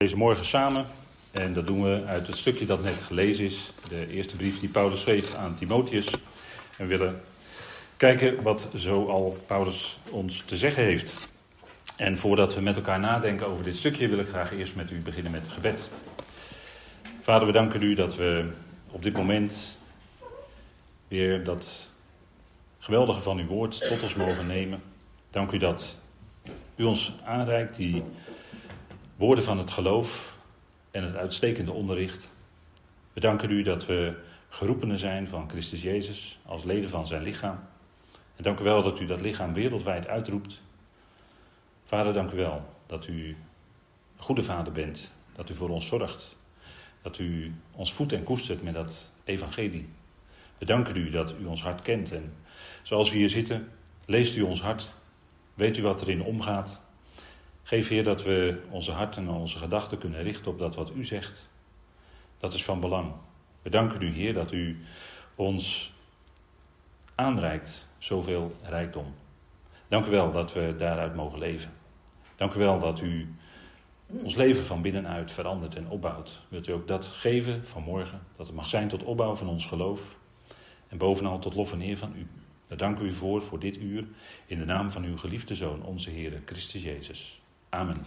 Deze morgen samen, en dat doen we uit het stukje dat net gelezen is, de eerste brief die Paulus schreef aan Timotheus. En we willen kijken wat zoal Paulus ons te zeggen heeft. En voordat we met elkaar nadenken over dit stukje, wil ik graag eerst met u beginnen met het gebed. Vader, we danken u dat we op dit moment weer dat geweldige van uw woord tot ons mogen nemen. Dank u dat u ons aanreikt die woorden van het geloof en het uitstekende onderricht. We danken u dat we geroepenen zijn van Christus Jezus als leden van zijn lichaam. En dank u wel dat u dat lichaam wereldwijd uitroept. Vader, dank u wel dat u een goede vader bent, dat u voor ons zorgt, dat u ons voedt en koestert met dat evangelie. We danken u dat u ons hart kent en zoals we hier zitten, leest u ons hart, weet u wat erin omgaat. Geef, Heer, dat we onze harten en onze gedachten kunnen richten op dat wat u zegt. Dat is van belang. We danken u, Heer, dat u ons aanreikt zoveel rijkdom. Dank u wel dat we daaruit mogen leven. Dank u wel dat u ons leven van binnenuit verandert en opbouwt. Wilt u ook dat geven vanmorgen, dat het mag zijn tot opbouw van ons geloof. En bovenal tot lof en eer van u. Daar dank u voor dit uur, in de naam van uw geliefde Zoon, onze Heer Christus Jezus. Amen.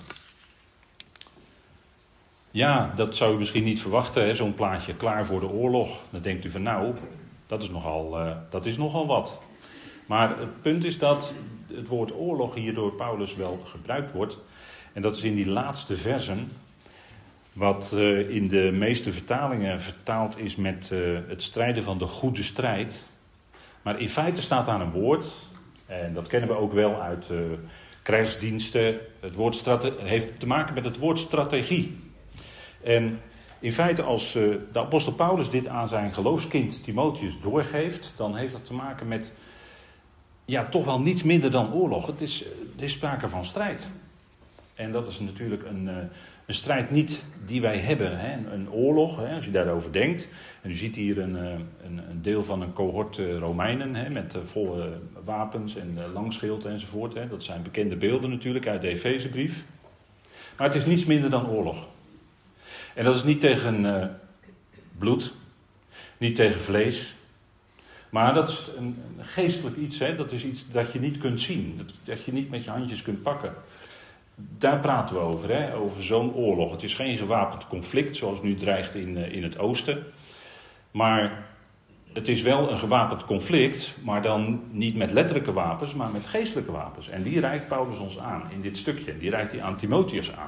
Ja, dat zou u misschien niet verwachten, hè? Zo'n plaatje klaar voor de oorlog. Dan denkt u van nou, dat is nogal wat. Maar het punt is dat het woord oorlog hier door Paulus wel gebruikt wordt. En dat is in die laatste versen, wat in de meeste vertalingen vertaald is met het strijden van de goede strijd. Maar in feite staat daar een woord, en dat kennen we ook wel uit krijgsdiensten. Het woord heeft te maken met het woord strategie. En in feite als de apostel Paulus dit aan zijn geloofskind Timotheus doorgeeft, dan heeft dat te maken met toch wel niets minder dan oorlog. Het is sprake van strijd. En dat is natuurlijk een strijd niet die wij hebben. Hè? Een oorlog, hè? Als je daarover denkt. En u ziet hier een deel van een cohort Romeinen, hè? Met volle wapens en langschild enzovoort. Hè? Dat zijn bekende beelden natuurlijk uit de Efezebrief. Maar het is niets minder dan oorlog. En dat is niet tegen bloed, niet tegen vlees. Maar dat is een geestelijk iets. Hè? Dat is iets dat je niet kunt zien. Dat je niet met je handjes kunt pakken. Daar praten we over, hè? Over zo'n oorlog. Het is geen gewapend conflict zoals nu dreigt in het oosten. Maar het is wel een gewapend conflict, maar dan niet met letterlijke wapens, maar met geestelijke wapens. En die reikt Paulus ons aan in dit stukje. Die reikt hij aan Timotheus aan.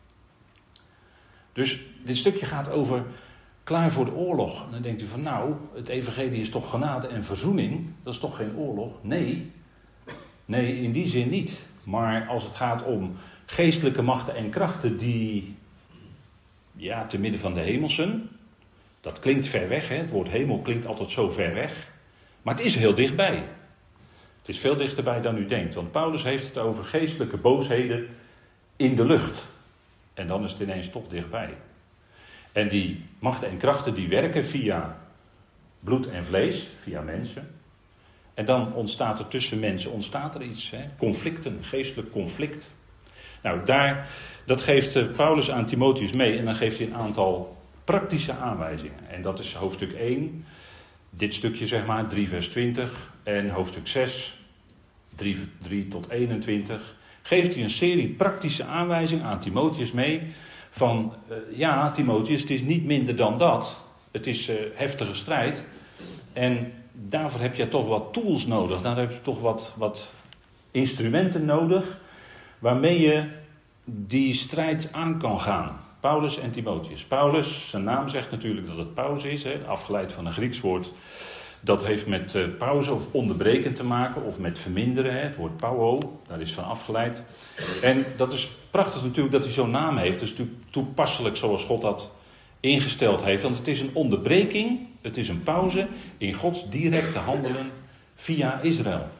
Dus dit stukje gaat over klaar voor de oorlog. En dan denkt u van nou, het evangelie is toch genade en verzoening? Dat is toch geen oorlog? Nee, in die zin niet. Maar als het gaat om geestelijke machten en krachten die, te midden van de hemelsen, dat klinkt ver weg, hè? Het woord hemel klinkt altijd zo ver weg. Maar het is heel dichtbij. Het is veel dichterbij dan u denkt. Want Paulus heeft het over geestelijke boosheden in de lucht. En dan is het ineens toch dichtbij. En die machten en krachten die werken via bloed en vlees, via mensen. En dan ontstaat er tussen mensen iets, hè? Conflicten, geestelijk conflict. Nou, dat geeft Paulus aan Timotheus mee en dan geeft hij een aantal praktische aanwijzingen. En dat is hoofdstuk 1, dit stukje zeg maar, 3 vers 20 en hoofdstuk 6, 3 tot 21. Geeft hij een serie praktische aanwijzingen aan Timotheus mee van, Timotheus, het is niet minder dan dat. Het is heftige strijd en daarvoor heb je toch wat tools nodig. Daar heb je toch wat instrumenten nodig waarmee je die strijd aan kan gaan. Paulus en Timotheus. Paulus, zijn naam zegt natuurlijk dat het pauze is, hè, afgeleid van een Grieks woord. Dat heeft met pauze of onderbreken te maken of met verminderen. Hè, het woord pauo, daar is van afgeleid. En dat is prachtig natuurlijk dat hij zo'n naam heeft. Dat is natuurlijk toepasselijk zoals God dat ingesteld heeft. Want het is een onderbreking, het is een pauze in Gods directe handelen via Israël.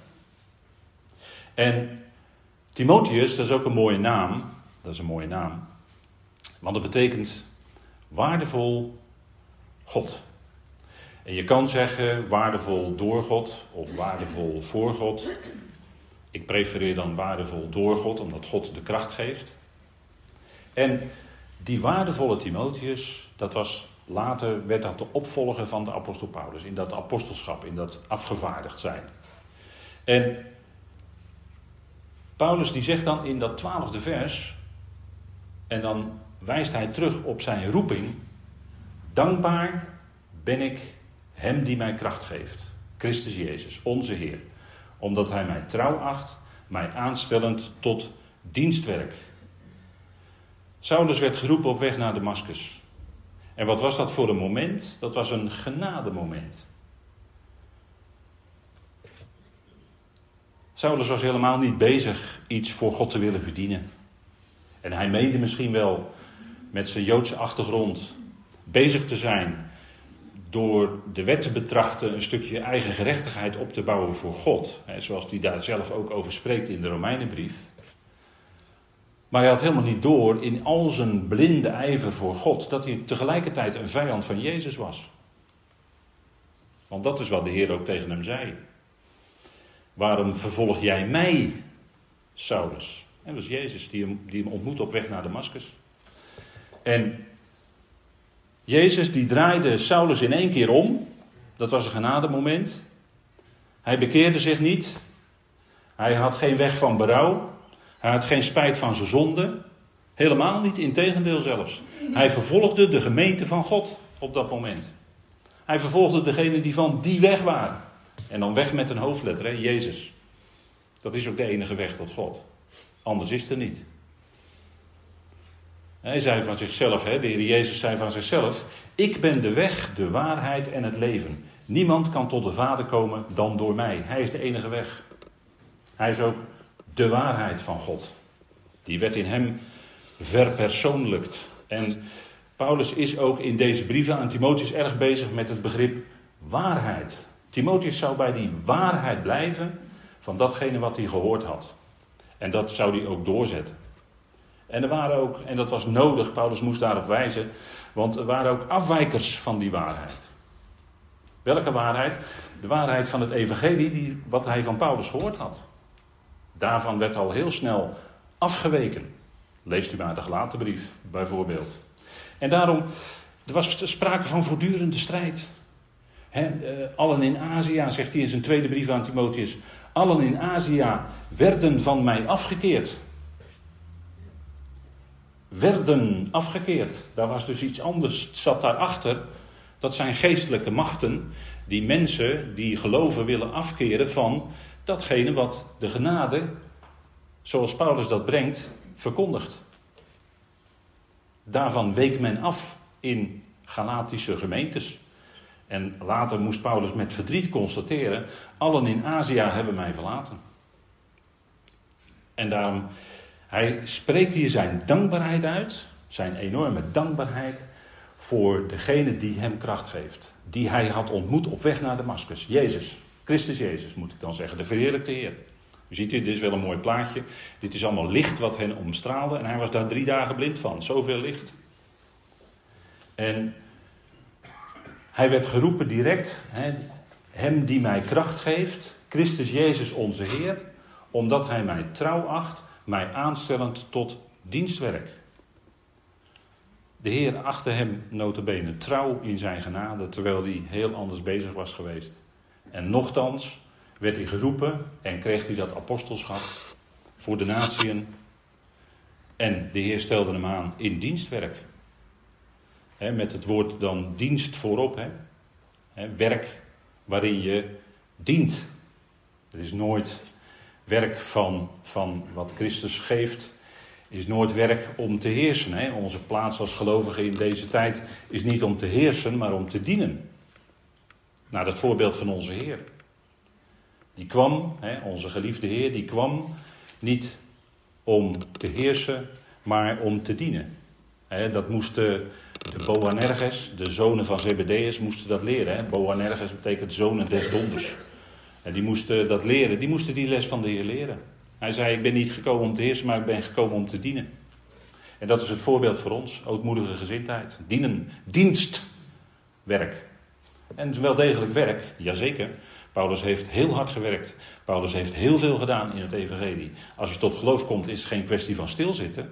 En Timotheus, dat is ook een mooie naam. Dat is een mooie naam. Want dat betekent waardevol God. En je kan zeggen waardevol door God of waardevol voor God. Ik prefereer dan waardevol door God, omdat God de kracht geeft. En die waardevolle Timotheus, later werd dat de opvolger van de apostel Paulus. In dat apostelschap, in dat afgevaardigd zijn. En Paulus die zegt dan in dat 12e vers, en dan wijst hij terug op zijn roeping. Dankbaar ben ik hem die mij kracht geeft. Christus Jezus, onze Heer. Omdat hij mij trouw acht, mij aanstellend tot dienstwerk. Saulus werd geroepen op weg naar Damaskus. En wat was dat voor een moment? Dat was een genademoment. Saulus was helemaal niet bezig iets voor God te willen verdienen. En hij meende misschien wel met zijn Joodse achtergrond bezig te zijn door de wet te betrachten, een stukje eigen gerechtigheid op te bouwen voor God. Zoals hij daar zelf ook over spreekt in de Romeinenbrief. Maar hij had helemaal niet door in al zijn blinde ijver voor God dat hij tegelijkertijd een vijand van Jezus was. Want dat is wat de Heer ook tegen hem zei. Waarom vervolg jij mij, Saulus? En dat is Jezus die hem ontmoet op weg naar Damaskus. En Jezus die draaide Saulus in 1 keer om. Dat was een genademoment. Hij bekeerde zich niet. Hij had geen weg van berouw. Hij had geen spijt van zijn zonde. Helemaal niet, integendeel zelfs. Hij vervolgde de gemeente van God op dat moment. Hij vervolgde degenen die van die weg waren. En dan weg met een hoofdletter, hè? Jezus. Dat is ook de enige weg tot God. Anders is het er niet. Hij zei van zichzelf, de Heer Jezus zei van zichzelf: ik ben de weg, de waarheid en het leven. Niemand kan tot de Vader komen dan door mij. Hij is de enige weg. Hij is ook de waarheid van God. Die werd in hem verpersoonlijkt. En Paulus is ook in deze brieven aan Timotheus erg bezig met het begrip waarheid. Timotheus zou bij die waarheid blijven van datgene wat hij gehoord had. En dat zou hij ook doorzetten. En er waren ook, en dat was nodig, Paulus moest daarop wijzen, want er waren ook afwijkers van die waarheid. Welke waarheid? De waarheid van het evangelie, wat hij van Paulus gehoord had. Daarvan werd al heel snel afgeweken. Leest u maar de Galatenbrief bijvoorbeeld. En daarom, er was sprake van voortdurende strijd. Allen in Azië, zegt hij in zijn tweede brief aan Timotheus, allen in Azië werden van mij afgekeerd. Werden afgekeerd. Daar was dus iets anders, zat daarachter. Dat zijn geestelijke machten die mensen, die geloven, willen afkeren van datgene wat de genade, zoals Paulus dat brengt, verkondigt. Daarvan week men af in Galatische gemeentes. En later moest Paulus met verdriet constateren: allen in Azië hebben mij verlaten. En daarom, hij spreekt hier zijn dankbaarheid uit, zijn enorme dankbaarheid voor degene die hem kracht geeft. Die hij had ontmoet op weg naar Damaskus. Jezus, Christus Jezus moet ik dan zeggen, de verheerlijkte Heer. U ziet hier, dit is wel een mooi plaatje. Dit is allemaal licht wat hen omstraalde en hij was daar 3 dagen blind van. Zoveel licht. En hij werd geroepen direct, hem die mij kracht geeft, Christus Jezus onze Heer, omdat hij mij trouw acht, mij aanstellend tot dienstwerk. De Heer achtte hem nota bene trouw in zijn genade, terwijl hij heel anders bezig was geweest. En nochtans werd hij geroepen en kreeg hij dat apostelschap voor de natieën. En de Heer stelde hem aan in dienstwerk. Met het woord dan dienst voorop. Werk waarin je dient. Het is nooit werk van wat Christus geeft. Is nooit werk om te heersen. Onze plaats als gelovigen in deze tijd is niet om te heersen, maar om te dienen. Naar dat voorbeeld van onze Heer. Die kwam, onze geliefde Heer, die kwam niet om te heersen, maar om te dienen. Dat moesten de Boanerges, de zonen van Zebedeus, moesten dat leren. Boanerges betekent zonen des donders. En die moesten dat leren, die moesten die les van de Heer leren. Hij zei, ik ben niet gekomen om te heersen, maar ik ben gekomen om te dienen. En dat is het voorbeeld voor ons, ootmoedige gezindheid. Dienen, dienstwerk. En het is wel degelijk werk, jazeker. Paulus heeft heel hard gewerkt. Paulus heeft heel veel gedaan in het evangelie. Als je tot geloof komt, is het geen kwestie van stilzitten.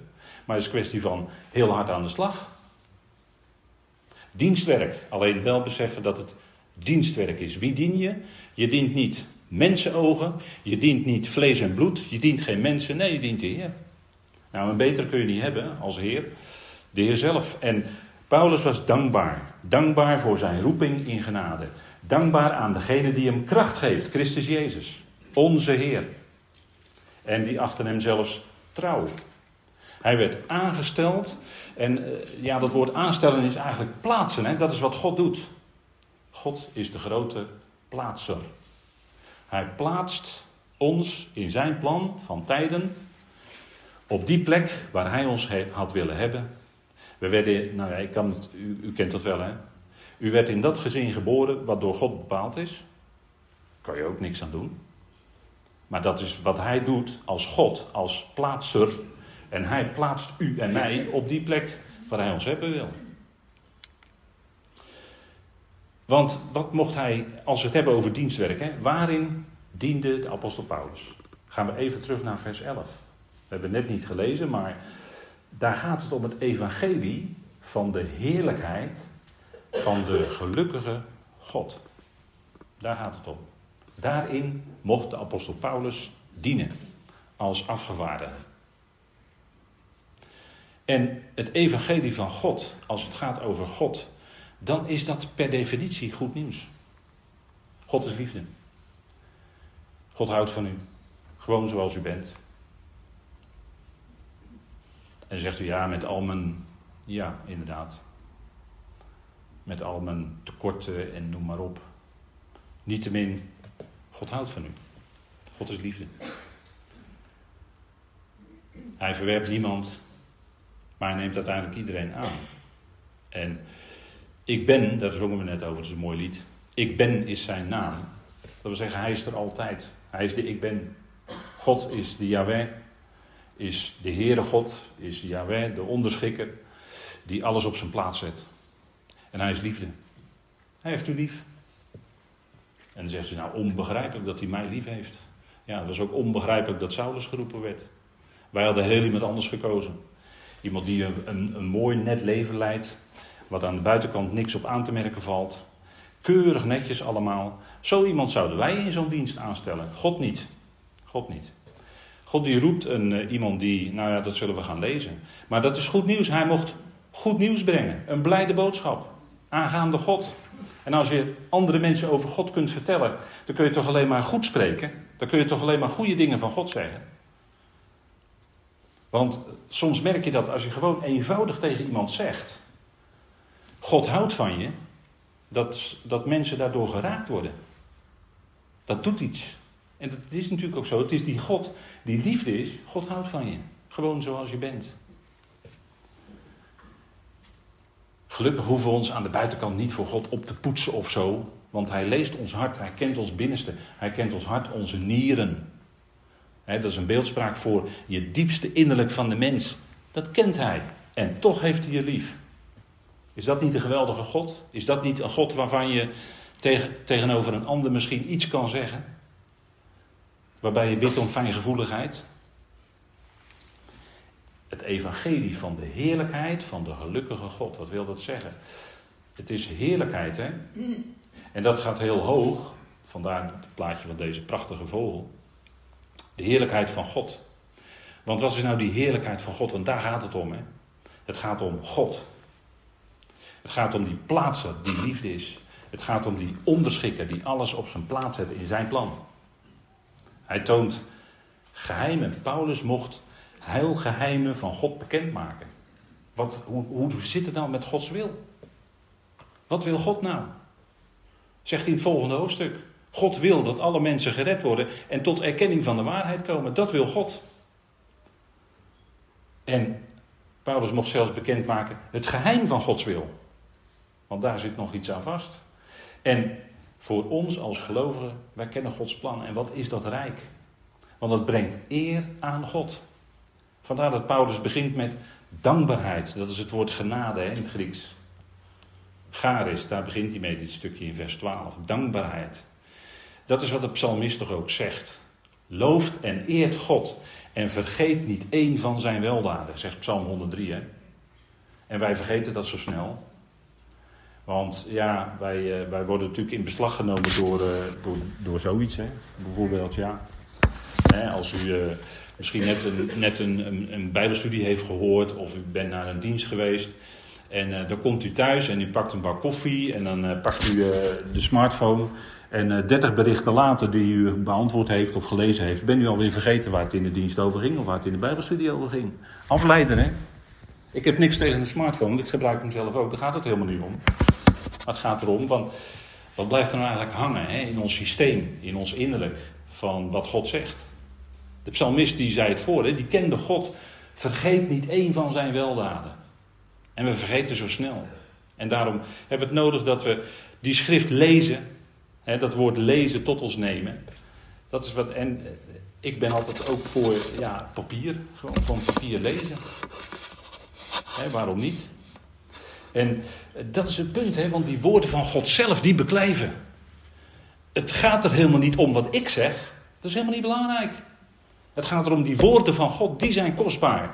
Maar het is een kwestie van heel hard aan de slag. Dienstwerk. Alleen wel beseffen dat het dienstwerk is. Wie dien je? Je dient niet mensenogen. Je dient niet vlees en bloed. Je dient geen mensen. Nee, je dient de Heer. Nou, een betere kun je niet hebben als Heer. De Heer zelf. En Paulus was dankbaar. Dankbaar voor zijn roeping in genade. Dankbaar aan degene die hem kracht geeft. Christus Jezus. Onze Heer. En die achten hem zelfs trouw. Hij werd aangesteld. En dat woord aanstellen is eigenlijk plaatsen. Hè? Dat is wat God doet. God is de grote plaatser. Hij plaatst ons in zijn plan van tijden op die plek waar hij ons had willen hebben. We werden, u kent dat wel, hè? U werd in dat gezin geboren wat door God bepaald is. Daar kan je ook niks aan doen. Maar dat is wat hij doet als God, als plaatser. En hij plaatst u en mij op die plek waar hij ons hebben wil. Want wat mocht hij, als we het hebben over dienstwerk, hè, waarin diende de apostel Paulus? Gaan we even terug naar vers 11. We hebben het net niet gelezen, maar daar gaat het om het evangelie van de heerlijkheid van de gelukkige God. Daar gaat het om. Daarin mocht de apostel Paulus dienen als afgevaardigde. En het evangelie van God, als het gaat over God, dan is dat per definitie goed nieuws. God is liefde. God houdt van u. Gewoon zoals u bent. En zegt u ja, met al mijn... Ja, inderdaad. Met al mijn tekorten en noem maar op. Niettemin, God houdt van u. God is liefde. Hij verwerpt niemand, maar hij neemt uiteindelijk iedereen aan. En ik ben, daar zongen we net over, dat is een mooi lied. Ik ben is zijn naam. Dat wil zeggen, hij is er altijd. Hij is de ik ben. God is de Yahweh. Is de Heere God. Is Yahweh, de onderschikker. Die alles op zijn plaats zet. En hij is liefde. Hij heeft u lief. En dan zegt ze, nou onbegrijpelijk dat hij mij lief heeft. Ja, het was ook onbegrijpelijk dat Saulus geroepen werd. Wij hadden heel iemand anders gekozen. Iemand die een mooi net leven leidt. Wat aan de buitenkant niks op aan te merken valt. Keurig netjes allemaal. Zo iemand zouden wij in zo'n dienst aanstellen. God niet. God niet. God die roept iemand die, dat zullen we gaan lezen. Maar dat is goed nieuws. Hij mocht goed nieuws brengen. Een blijde boodschap. Aangaande God. En als je andere mensen over God kunt vertellen, dan kun je toch alleen maar goed spreken. Dan kun je toch alleen maar goede dingen van God zeggen. Want soms merk je dat als je gewoon eenvoudig tegen iemand zegt, God houdt van je, dat mensen daardoor geraakt worden. Dat doet iets. En dat is natuurlijk ook zo. Het is die God die liefde is. God houdt van je. Gewoon zoals je bent. Gelukkig hoeven we ons aan de buitenkant niet voor God op te poetsen of zo. Want hij leest ons hart. Hij kent ons binnenste. Hij kent ons hart, onze nieren. Dat is een beeldspraak voor je diepste innerlijk van de mens. Dat kent hij. En toch heeft hij je lief. Is dat niet een geweldige God? Is dat niet een God waarvan je tegenover een ander misschien iets kan zeggen? Waarbij je bidt om fijngevoeligheid? Het evangelie van de heerlijkheid van de gelukkige God. Wat wil dat zeggen? Het is heerlijkheid, hè? En dat gaat heel hoog. Vandaar het plaatje van deze prachtige vogel. De heerlijkheid van God. Want wat is nou die heerlijkheid van God? Want daar gaat het om, hè? Het gaat om God. Het gaat om die plaatser die liefde is. Het gaat om die onderschikker die alles op zijn plaats zet in zijn plan. Hij toont geheimen. Paulus mocht heilgeheimen van God bekendmaken. Hoe zit het nou met Gods wil? Wat wil God nou? Zegt hij in het volgende hoofdstuk. God wil dat alle mensen gered worden en tot erkenning van de waarheid komen. Dat wil God. En Paulus mocht zelfs bekendmaken het geheim van Gods wil. Want daar zit nog iets aan vast. En voor ons als gelovigen, wij kennen Gods plan. En wat is dat rijk? Want het brengt eer aan God. Vandaar dat Paulus begint met dankbaarheid. Dat is het woord genade in het Grieks. Charis, daar begint hij mee, dit stukje in vers 12. Dankbaarheid. Dat is wat de psalmist toch ook zegt. Looft en eert God En vergeet niet één van zijn weldaden, zegt Psalm 103. Hè? En wij vergeten dat zo snel. Want ja, wij worden natuurlijk in beslag genomen door zoiets. Hè? Bijvoorbeeld, ja. Als u misschien net een bijbelstudie heeft gehoord, of u bent naar een dienst geweest. En dan komt u thuis en u pakt een bak koffie en dan pakt u de smartphone. En 30 berichten later die u beantwoord heeft of gelezen heeft, bent u alweer vergeten waar het in de dienst over ging of waar het in de bijbelstudie over ging. Afleider, hè? Ik heb niks tegen een smartphone, want ik gebruik hem zelf ook. Daar gaat het helemaal niet om. Maar het gaat erom, want wat blijft er nou eigenlijk hangen, hè? In ons systeem, in ons innerlijk, van wat God zegt. De psalmist die zei het voor, hè? Die kende God. Vergeet niet één van zijn weldaden. En we vergeten zo snel. En daarom hebben we het nodig dat we die schrift lezen. Hè, dat woord lezen tot ons nemen. Dat is wat. En ik ben altijd ook voor papier. Gewoon van papier lezen. Hè, waarom niet? En dat is het punt, hè, want die woorden van God zelf, die beklijven. Het gaat er helemaal niet om wat ik zeg. Dat is helemaal niet belangrijk. Het gaat erom die woorden van God, die zijn kostbaar.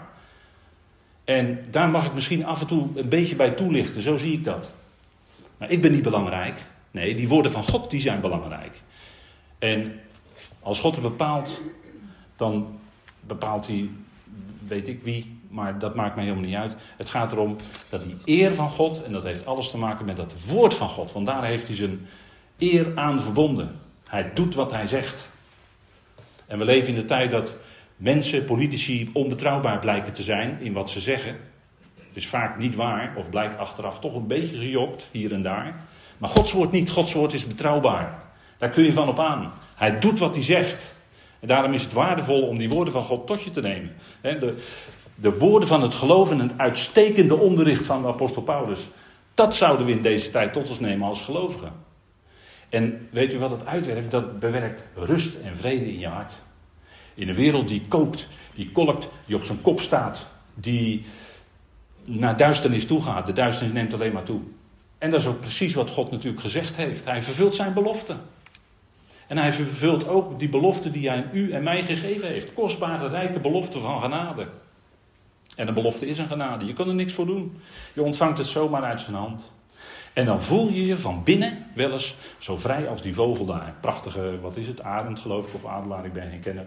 En daar mag ik misschien af en toe een beetje bij toelichten, zo zie ik dat. Maar ik ben niet belangrijk. Nee, die woorden van God, die zijn belangrijk. En als God het bepaalt, dan bepaalt hij, weet ik wie, maar dat maakt mij helemaal niet uit. Het gaat erom dat die eer van God, en dat heeft alles te maken met dat woord van God, want daar heeft hij zijn eer aan verbonden. Hij doet wat hij zegt. En we leven in de tijd dat mensen, politici, onbetrouwbaar blijken te zijn in wat ze zeggen. Het is vaak niet waar, of blijkt achteraf toch een beetje gejokt, hier en daar. Maar Gods woord niet. Gods woord is betrouwbaar. Daar kun je van op aan. Hij doet wat hij zegt. En daarom is het waardevol om die woorden van God tot je te nemen. De woorden van het geloof en het uitstekende onderricht van de apostel Paulus. Dat zouden we in deze tijd tot ons nemen als gelovigen. En weet u wat het uitwerkt? Dat bewerkt rust en vrede in je hart. In een wereld die kookt, die kolkt, die op zijn kop staat. Die naar duisternis toe gaat. De duisternis neemt alleen maar toe. En dat is ook precies wat God natuurlijk gezegd heeft. Hij vervult zijn beloften. En hij vervult ook die belofte die hij aan u en mij gegeven heeft. Kostbare, rijke belofte van genade. En een belofte is een genade. Je kan er niks voor doen. Je ontvangt het zomaar uit zijn hand. En dan voel je je van binnen wel eens zo vrij als die vogel daar. Prachtige, wat is het, arend geloof ik, of adelaar, ik ben geen kenner.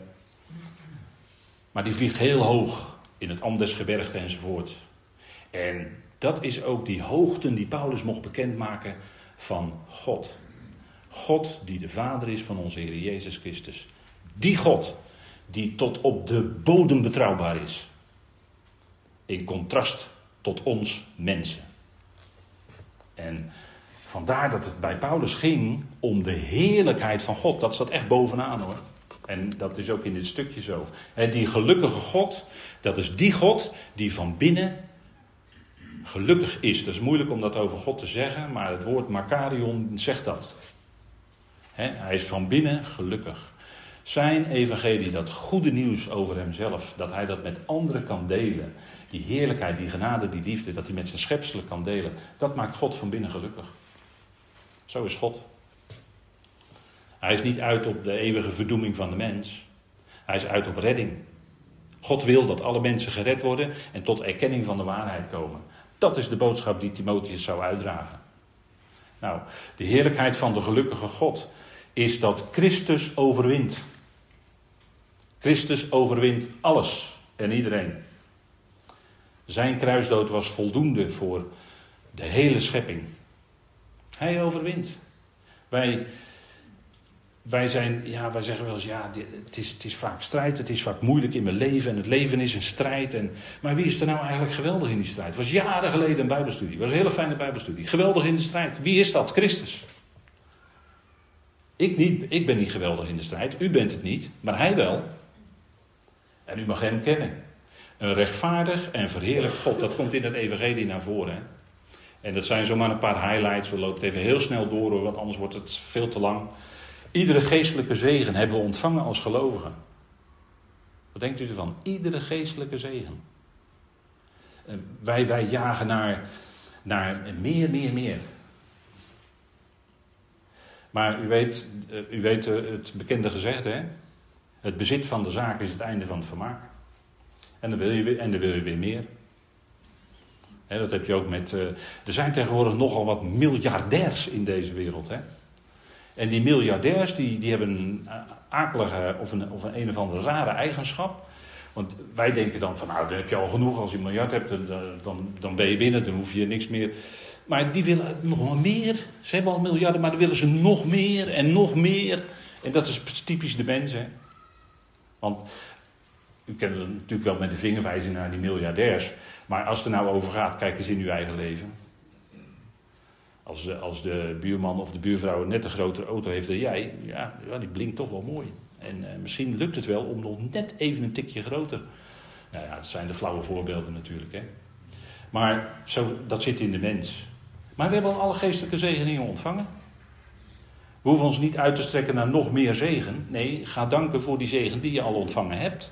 Maar die vliegt heel hoog in het Andesgebergte enzovoort. En dat is ook die hoogten die Paulus mocht bekendmaken van God. God die de Vader is van onze Heer Jezus Christus. Die God die tot op de bodem betrouwbaar is. In contrast tot ons mensen. En vandaar dat het bij Paulus ging om de heerlijkheid van God. Dat staat echt bovenaan, hoor. En dat is ook in dit stukje zo. Die gelukkige God, dat is die God die van binnen gelukkig is. Dat is moeilijk om dat over God te zeggen, maar het woord Makarion zegt dat. Hij is van binnen gelukkig. Zijn evangelie, dat goede nieuws over hemzelf, dat hij dat met anderen kan delen. Die heerlijkheid, die genade, die liefde, dat hij met zijn schepselen kan delen. Dat maakt God van binnen gelukkig. Zo is God. Hij is niet uit op de eeuwige verdoeming van de mens. Hij is uit op redding. God wil dat alle mensen gered worden en tot erkenning van de waarheid komen. Dat is de boodschap die Timotheus zou uitdragen. Nou, de heerlijkheid van de gelukkige God is dat Christus overwint. Christus overwint alles en iedereen. Zijn kruisdood was voldoende voor de hele schepping. Hij overwint. Wij zeggen wel eens, het is vaak strijd, het is vaak moeilijk in mijn leven en het leven is een strijd. Maar wie is er nou eigenlijk geweldig in die strijd? Het was jaren geleden een bijbelstudie, het was een hele fijne bijbelstudie. Geweldig in de strijd. Wie is dat? Christus. Ik ben niet geweldig in de strijd, u bent het niet, maar hij wel. En u mag hem kennen. Een rechtvaardig en verheerlijkt God, dat komt in het evangelie naar voren. Hè? En dat zijn zomaar een paar highlights, we lopen het even heel snel door, hoor, want anders wordt het veel te lang. Iedere geestelijke zegen hebben we ontvangen als gelovigen. Wat denkt u ervan? Iedere geestelijke zegen. Wij jagen naar meer. Maar u weet het bekende gezegde, hè? Het bezit van de zaak is het einde van het vermaak. En dan wil je weer meer. Dat heb je ook met... er zijn tegenwoordig nogal wat miljardairs in deze wereld. Hè? En die miljardairs die hebben een akelige of een andere rare eigenschap. Want wij denken dan van nou, dan heb je al genoeg. Als je een miljard hebt, dan ben je binnen, dan hoef je niks meer. Maar die willen nog wel meer. Ze hebben al miljarden, maar dan willen ze nog meer en nog meer. En dat is typisch de mens. Hè? Want u kent het natuurlijk wel met de vinger wijzen naar die miljardairs. Maar als het er nou over gaat, kijk eens in uw eigen leven. Als de buurman of de buurvrouw net een grotere auto heeft dan jij, ja, die blinkt toch wel mooi. En misschien lukt het wel om nog net even een tikje groter. Nou ja, dat zijn de flauwe voorbeelden natuurlijk. Hè. Maar dat zit in de mens. Maar we hebben al alle geestelijke zegeningen ontvangen. We hoeven ons niet uit te strekken naar nog meer zegen. Nee, ga danken voor die zegen die je al ontvangen hebt.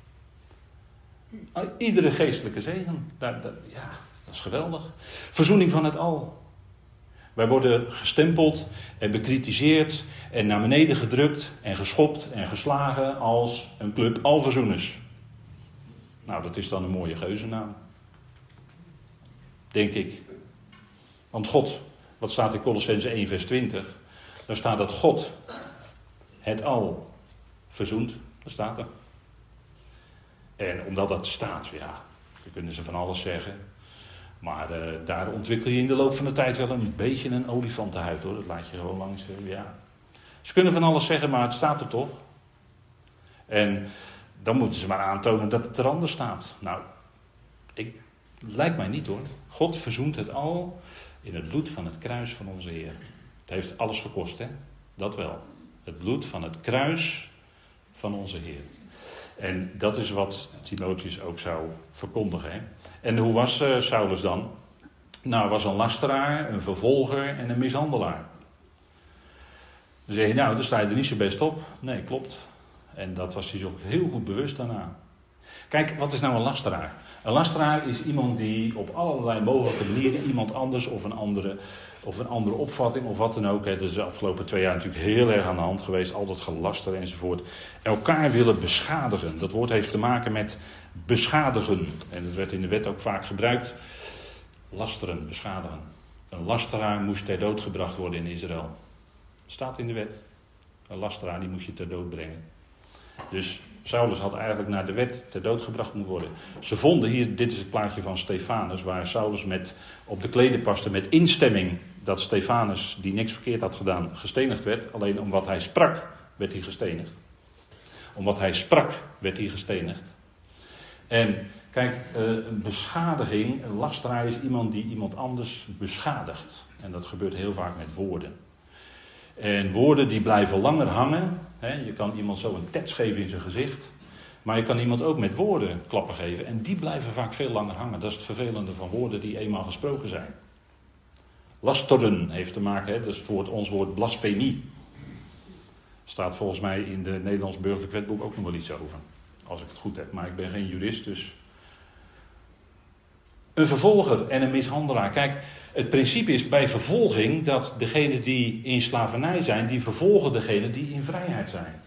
Iedere geestelijke zegen, dat is geweldig. Verzoening van het al. Wij worden gestempeld en bekritiseerd en naar beneden gedrukt en geschopt en geslagen als een club alverzoeners. Nou, dat is dan een mooie geuzennaam. Denk ik. Want God, wat staat in Kolossenzen 1 vers 20? Daar staat dat God het al verzoent. Dat staat er. En omdat dat staat, ja, dan kunnen ze van alles zeggen. Maar daar ontwikkel je in de loop van de tijd wel een beetje een olifantenhuid hoor. Dat laat je gewoon langs, ja. Ze kunnen van alles zeggen, maar het staat er toch. En dan moeten ze maar aantonen dat het er anders staat. Nou, lijkt mij niet hoor. God verzoent het al in het bloed van het kruis van onze Heer. Het heeft alles gekost, hè. Dat wel. Het bloed van het kruis van onze Heer. En dat is wat Timotheus ook zou verkondigen. Hè? En hoe was Saulus dan? Nou, hij was een lasteraar, een vervolger en een mishandelaar. Dan zeg je, nou, daar sta je er niet zo best op. Nee, klopt. En dat was hij zich ook heel goed bewust daarna. Kijk, wat is nou een lasteraar? Een lasteraar is iemand die op allerlei mogelijke manieren iemand anders of een andere opvatting of wat dan ook. Dat is de afgelopen 2 jaar natuurlijk heel erg aan de hand geweest. Altijd gelaster enzovoort. Elkaar willen beschadigen. Dat woord heeft te maken met beschadigen. En dat werd in de wet ook vaak gebruikt. Lasteren, beschadigen. Een lasteraar moest ter dood gebracht worden in Israël. Staat in de wet. Een lasteraar die moest je ter dood brengen. Dus Saulus had eigenlijk naar de wet ter dood gebracht moeten worden. Ze vonden hier, dit is het plaatje van Stefanus, waar Saulus op de kleden paste met instemming dat Stefanus, die niks verkeerd had gedaan, gestenigd werd. Alleen omdat hij sprak, werd hij gestenigd. Omdat hij sprak, werd hij gestenigd. En kijk, een beschadiging, een lasteraar is iemand die iemand anders beschadigt. En dat gebeurt heel vaak met woorden. En woorden die blijven langer hangen. Je kan iemand zo een tets geven in zijn gezicht. Maar je kan iemand ook met woorden klappen geven. En die blijven vaak veel langer hangen. Dat is het vervelende van woorden die eenmaal gesproken zijn. Lasteren heeft te maken, dat is ons woord blasfemie. Staat volgens mij in de Nederlands Burgerlijk Wetboek ook nog wel iets over. Als ik het goed heb, maar ik ben geen jurist, dus... Een vervolger en een mishandelaar. Kijk, het principe is bij vervolging dat degenen die in slavernij zijn, die vervolgen degenen die in vrijheid zijn.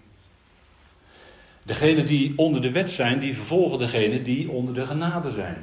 Degenen die onder de wet zijn, die vervolgen degenen die onder de genade zijn.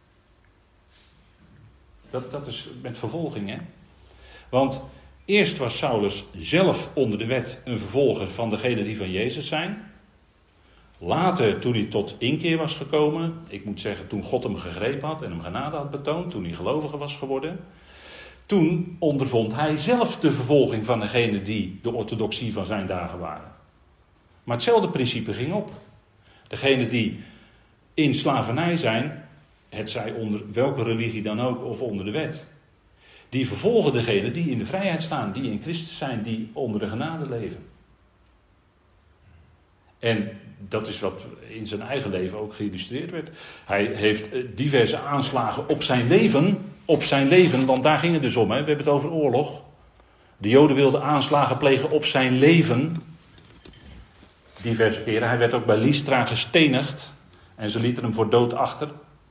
Dat is met vervolging, hè. Want eerst was Saulus zelf onder de wet een vervolger van degenen die van Jezus zijn. Later, toen hij tot inkeer was gekomen, ik moet zeggen, toen God hem gegrepen had en hem genade had betoond, toen hij gelovige was geworden, toen ondervond hij zelf de vervolging van degenen die de orthodoxie van zijn dagen waren. Maar hetzelfde principe ging op. Degenen die in slavernij zijn, hetzij onder welke religie dan ook of onder de wet, die vervolgen degenen die in de vrijheid staan, die in Christus zijn, die onder de genade leven. En dat is wat in zijn eigen leven ook geïllustreerd werd. Hij heeft diverse aanslagen op zijn leven, want daar ging het dus om. Hè. We hebben het over oorlog. De Joden wilden aanslagen plegen op zijn leven. Diverse keren. Hij werd ook bij Lystra gestenigd. En ze lieten hem voor dood achter.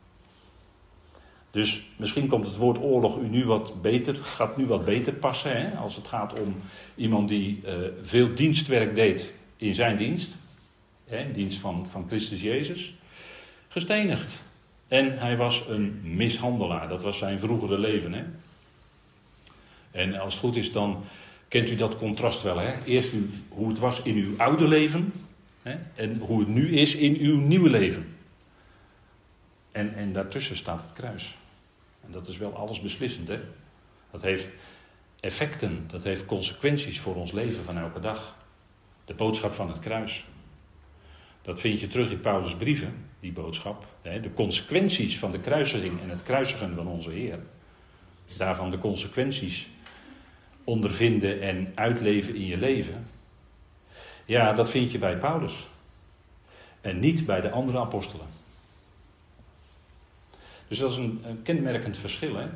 Dus misschien komt het woord oorlog gaat nu wat beter passen. Hè, als het gaat om iemand die veel dienstwerk deed in zijn dienst. In dienst van Christus Jezus. gestenigd. En hij was een mishandelaar. Dat was zijn vroegere leven. Hè? En als het goed is, dan kent u dat contrast wel. Hè? Eerst hoe het was in uw oude leven. Hè? En hoe het nu is in uw nieuwe leven. En daartussen staat het kruis. En dat is wel alles beslissend. Hè? Dat heeft effecten. Dat heeft consequenties voor ons leven van elke dag. De boodschap van het kruis. Dat vind je terug in Paulus' brieven, die boodschap. De consequenties van de kruisiging en het kruisigen van onze Heer. Daarvan de consequenties ondervinden en uitleven in je leven. Ja, dat vind je bij Paulus. En niet bij de andere apostelen. Dus dat is een kenmerkend verschil. Hè?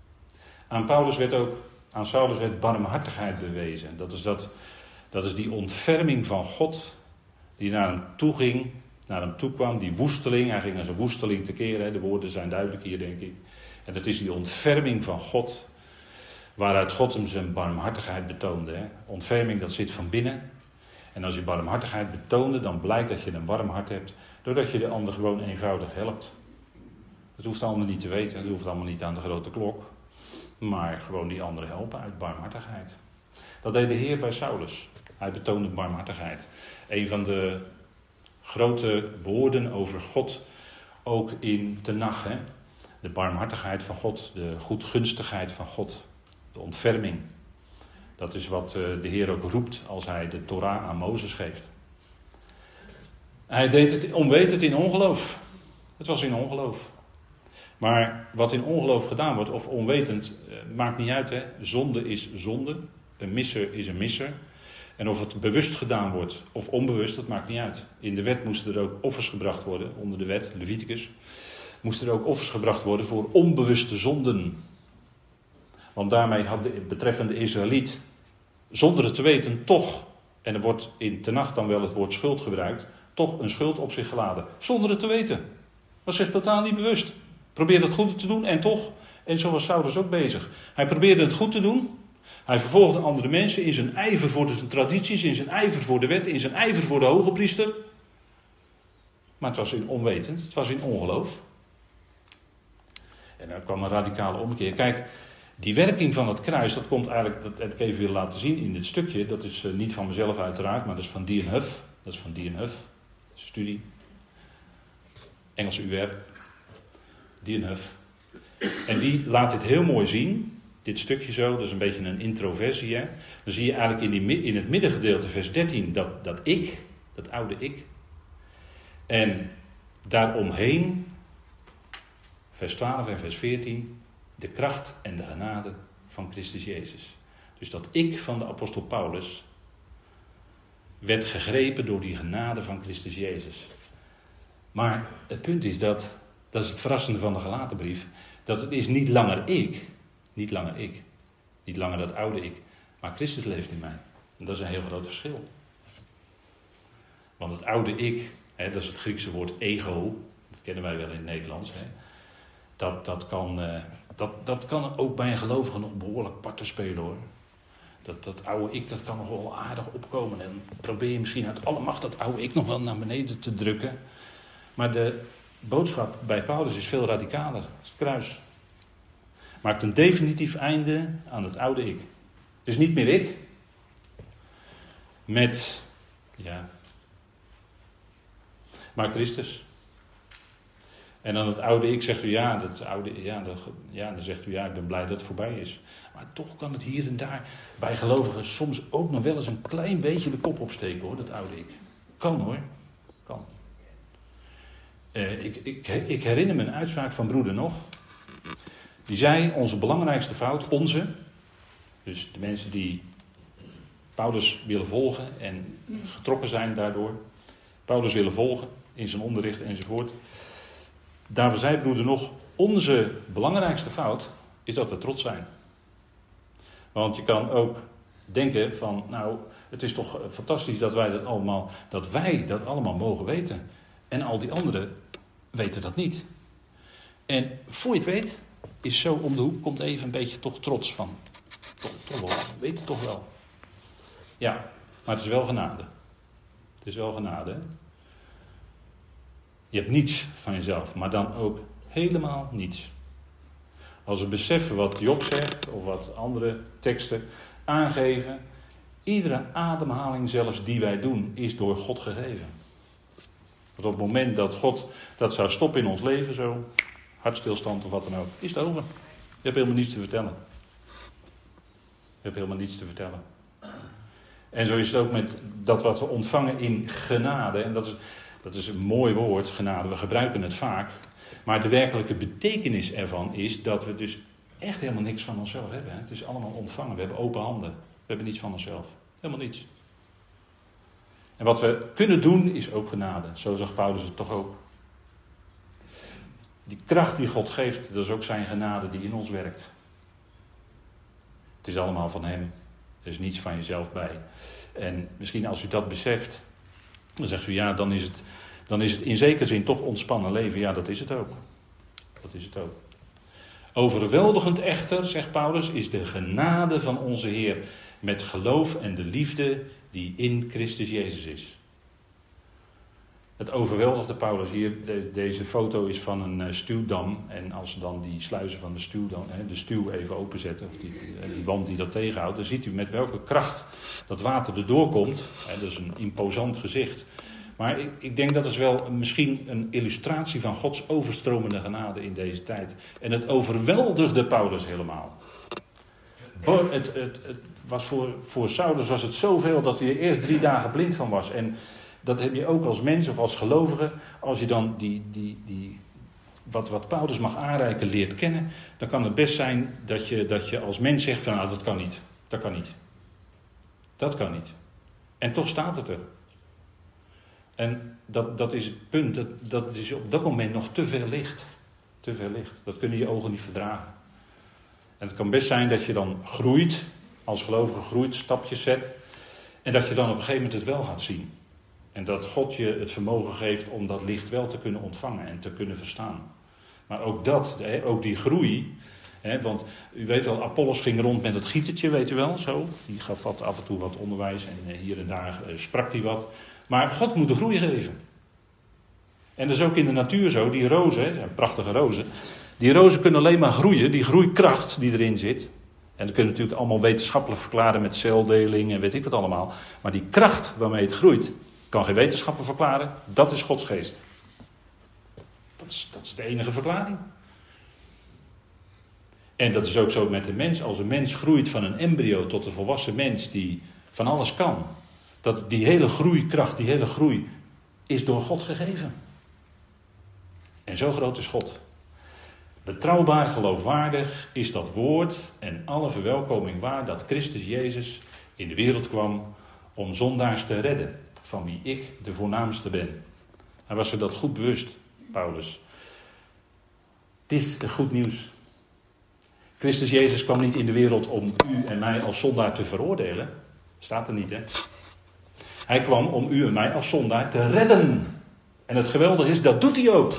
Aan Saulus werd barmhartigheid bewezen. Dat is die ontferming van God die naar hem toe ging, naar hem toe kwam, die woesteling. Hij ging als een woesteling tekeer, hè? De woorden zijn duidelijk hier, denk ik. En dat is die ontferming van God, waaruit God hem zijn barmhartigheid betoonde. Hè? Ontferming, dat zit van binnen. En als je barmhartigheid betoonde, dan blijkt dat je een warm hart hebt, doordat je de ander gewoon eenvoudig helpt. Dat hoeft de ander niet te weten, dat hoeft allemaal niet aan de grote klok. Maar gewoon die anderen helpen uit barmhartigheid. Dat deed de Heer bij Saulus. Hij betoonde barmhartigheid. Een van de grote woorden over God, ook in Tenach. Hè? De barmhartigheid van God, de goedgunstigheid van God, de ontferming. Dat is wat de Heer ook roept als hij de Torah aan Mozes geeft. Hij deed het onwetend in ongeloof. Het was in ongeloof. Maar wat in ongeloof gedaan wordt, of onwetend, maakt niet uit. Hè? Zonde is zonde. Een misser is een misser. En of het bewust gedaan wordt of onbewust, dat maakt niet uit. In de wet moesten er ook offers gebracht worden, onder de wet, Leviticus. Moesten er ook offers gebracht worden voor onbewuste zonden. Want daarmee had de betreffende Israëliet, zonder het te weten, toch, en er wordt in Tenach dan wel het woord schuld gebruikt, toch een schuld op zich geladen. Zonder het te weten. Dat is totaal niet bewust. Probeerde het goed te doen en toch, en zo was Saulus ook bezig. Hij probeerde het goed te doen. Hij vervolgde andere mensen in zijn ijver voor zijn tradities, in zijn ijver voor de wet, in zijn ijver voor de hoge priester. Maar het was in onwetend, het was in ongeloof. En dan kwam een radicale omkeer. Kijk, die werking van het kruis, dat komt eigenlijk, dat heb ik even willen laten zien in dit stukje. Dat is niet van mezelf uiteraard, maar dat is van D.N. Huff. Dat is van D.N. Huff, studie. Engels UR. D.N. Huff. En die laat dit heel mooi zien. Dit stukje zo, dat is een beetje een introversie. Hè? Dan zie je eigenlijk in het middengedeelte, vers 13, dat ik, dat oude ik. En daaromheen, vers 12 en vers 14, de kracht en de genade van Christus Jezus. Dus dat ik van de apostel Paulus werd gegrepen door die genade van Christus Jezus. Maar het punt is dat is het verrassende van de Galatenbrief, dat het is niet langer ik, niet langer dat oude ik, maar Christus leeft in mij. En dat is een heel groot verschil. Want het oude ik, hè, dat is het Griekse woord ego, dat kennen wij wel in het Nederlands. Hè. Dat kan ook bij een gelovige nog behoorlijk parten spelen hoor. Dat oude ik, dat kan nog wel aardig opkomen. En probeer je misschien uit alle macht dat oude ik nog wel naar beneden te drukken. Maar de boodschap bij Paulus is veel radicaler. Het is het kruis. Maakt een definitief einde aan het oude ik. Het is niet meer ik. Maar Christus. En dan het oude ik zegt u dan zegt u ik ben blij dat het voorbij is. Maar toch kan het hier en daar bij gelovigen soms ook nog wel eens een klein beetje de kop opsteken hoor, dat oude ik. Kan hoor, kan. Ik herinner me een uitspraak van broeder nog. Die zei, onze belangrijkste fout, dus de mensen die Paulus willen volgen en getrokken zijn daardoor, Paulus willen volgen in zijn onderricht enzovoort. Daarvoor zei broeder nog, onze belangrijkste fout is dat we trots zijn. Want je kan ook denken van, het is toch fantastisch dat wij dat allemaal mogen weten. En al die anderen weten dat niet. En voor je het weet, is zo om de hoek, komt even een beetje toch trots van. Toch wel, weet het toch wel. Ja, maar het is wel genade. Het is wel genade. Hè? Je hebt niets van jezelf, maar dan ook helemaal niets. Als we beseffen wat Job zegt, of wat andere teksten aangeven, iedere ademhaling zelfs die wij doen, is door God gegeven. Want op het moment dat God dat zou stoppen in ons leven, zo, hartstilstand of wat dan ook, is het over. Je hebt helemaal niets te vertellen. Je hebt helemaal niets te vertellen. En zo is het ook met dat wat we ontvangen in genade. En dat is een mooi woord, genade. We gebruiken het vaak. Maar de werkelijke betekenis ervan is dat we dus echt helemaal niks van onszelf hebben. Het is allemaal ontvangen. We hebben open handen. We hebben niets van onszelf. Helemaal niets. En wat we kunnen doen is ook genade. Zo zag Paulus het toch ook. Die kracht die God geeft, dat is ook zijn genade die in ons werkt. Het is allemaal van hem. Er is niets van jezelf bij. En misschien als u dat beseft, dan zegt u ja, dan is het in zekere zin toch ontspannen leven. Ja, dat is het ook. Dat is het ook. Overweldigend echter, zegt Paulus, is de genade van onze Heer met geloof en de liefde die in Christus Jezus is. Het overweldigde Paulus hier. Deze foto is van een stuwdam. En als ze dan die sluizen van de stuw even openzetten, of die wand die dat tegenhoudt, dan ziet u met welke kracht dat water erdoor komt. Dat is een imposant gezicht. Maar ik denk dat is wel misschien een illustratie van Gods overstromende genade in deze tijd. En het overweldigde Paulus helemaal. Het was voor Saulus was het zoveel dat hij er eerst 3 dagen blind van was. En dat heb je ook als mens of als gelovige. Als je dan wat Paulus mag aanreiken leert kennen, dan kan het best zijn dat je als mens zegt van nou, dat kan niet. Dat kan niet. Dat kan niet. En toch staat het er. En dat is het punt. Dat is op dat moment nog te veel licht. Te veel licht. Dat kunnen je ogen niet verdragen. En het kan best zijn dat je dan groeit, als gelovige groeit, stapjes zet. En dat je dan op een gegeven moment het wel gaat zien. En dat God je het vermogen geeft om dat licht wel te kunnen ontvangen en te kunnen verstaan. Maar ook ook die groei. Want u weet wel, Apollos ging rond met het gietertje, weet u wel, zo. Die gaf af en toe wat onderwijs en hier en daar sprak hij wat. Maar God moet de groei geven. En dat is ook in de natuur zo. Die rozen, zijn prachtige rozen. Die rozen kunnen alleen maar groeien, die groeikracht die erin zit. En dat kun je natuurlijk allemaal wetenschappelijk verklaren met celdeling en weet ik wat allemaal. Maar die kracht waarmee het groeit, kan geen wetenschapper verklaren. Dat is Gods geest. Dat is de enige verklaring. En dat is ook zo met de mens. Als een mens groeit van een embryo tot een volwassen mens die van alles kan. Dat die hele groeikracht, die hele groei is door God gegeven. En zo groot is God. Betrouwbaar, geloofwaardig is dat woord en alle verwelkoming waar dat Christus Jezus in de wereld kwam om zondaars te redden, van wie ik de voornaamste ben. Hij was zich dat goed bewust, Paulus. Het is goed nieuws. Christus Jezus kwam niet in de wereld om u en mij als zondaar te veroordelen. Staat er niet, hè? Hij kwam om u en mij als zondaar te redden. En het geweldige is, dat doet hij ook.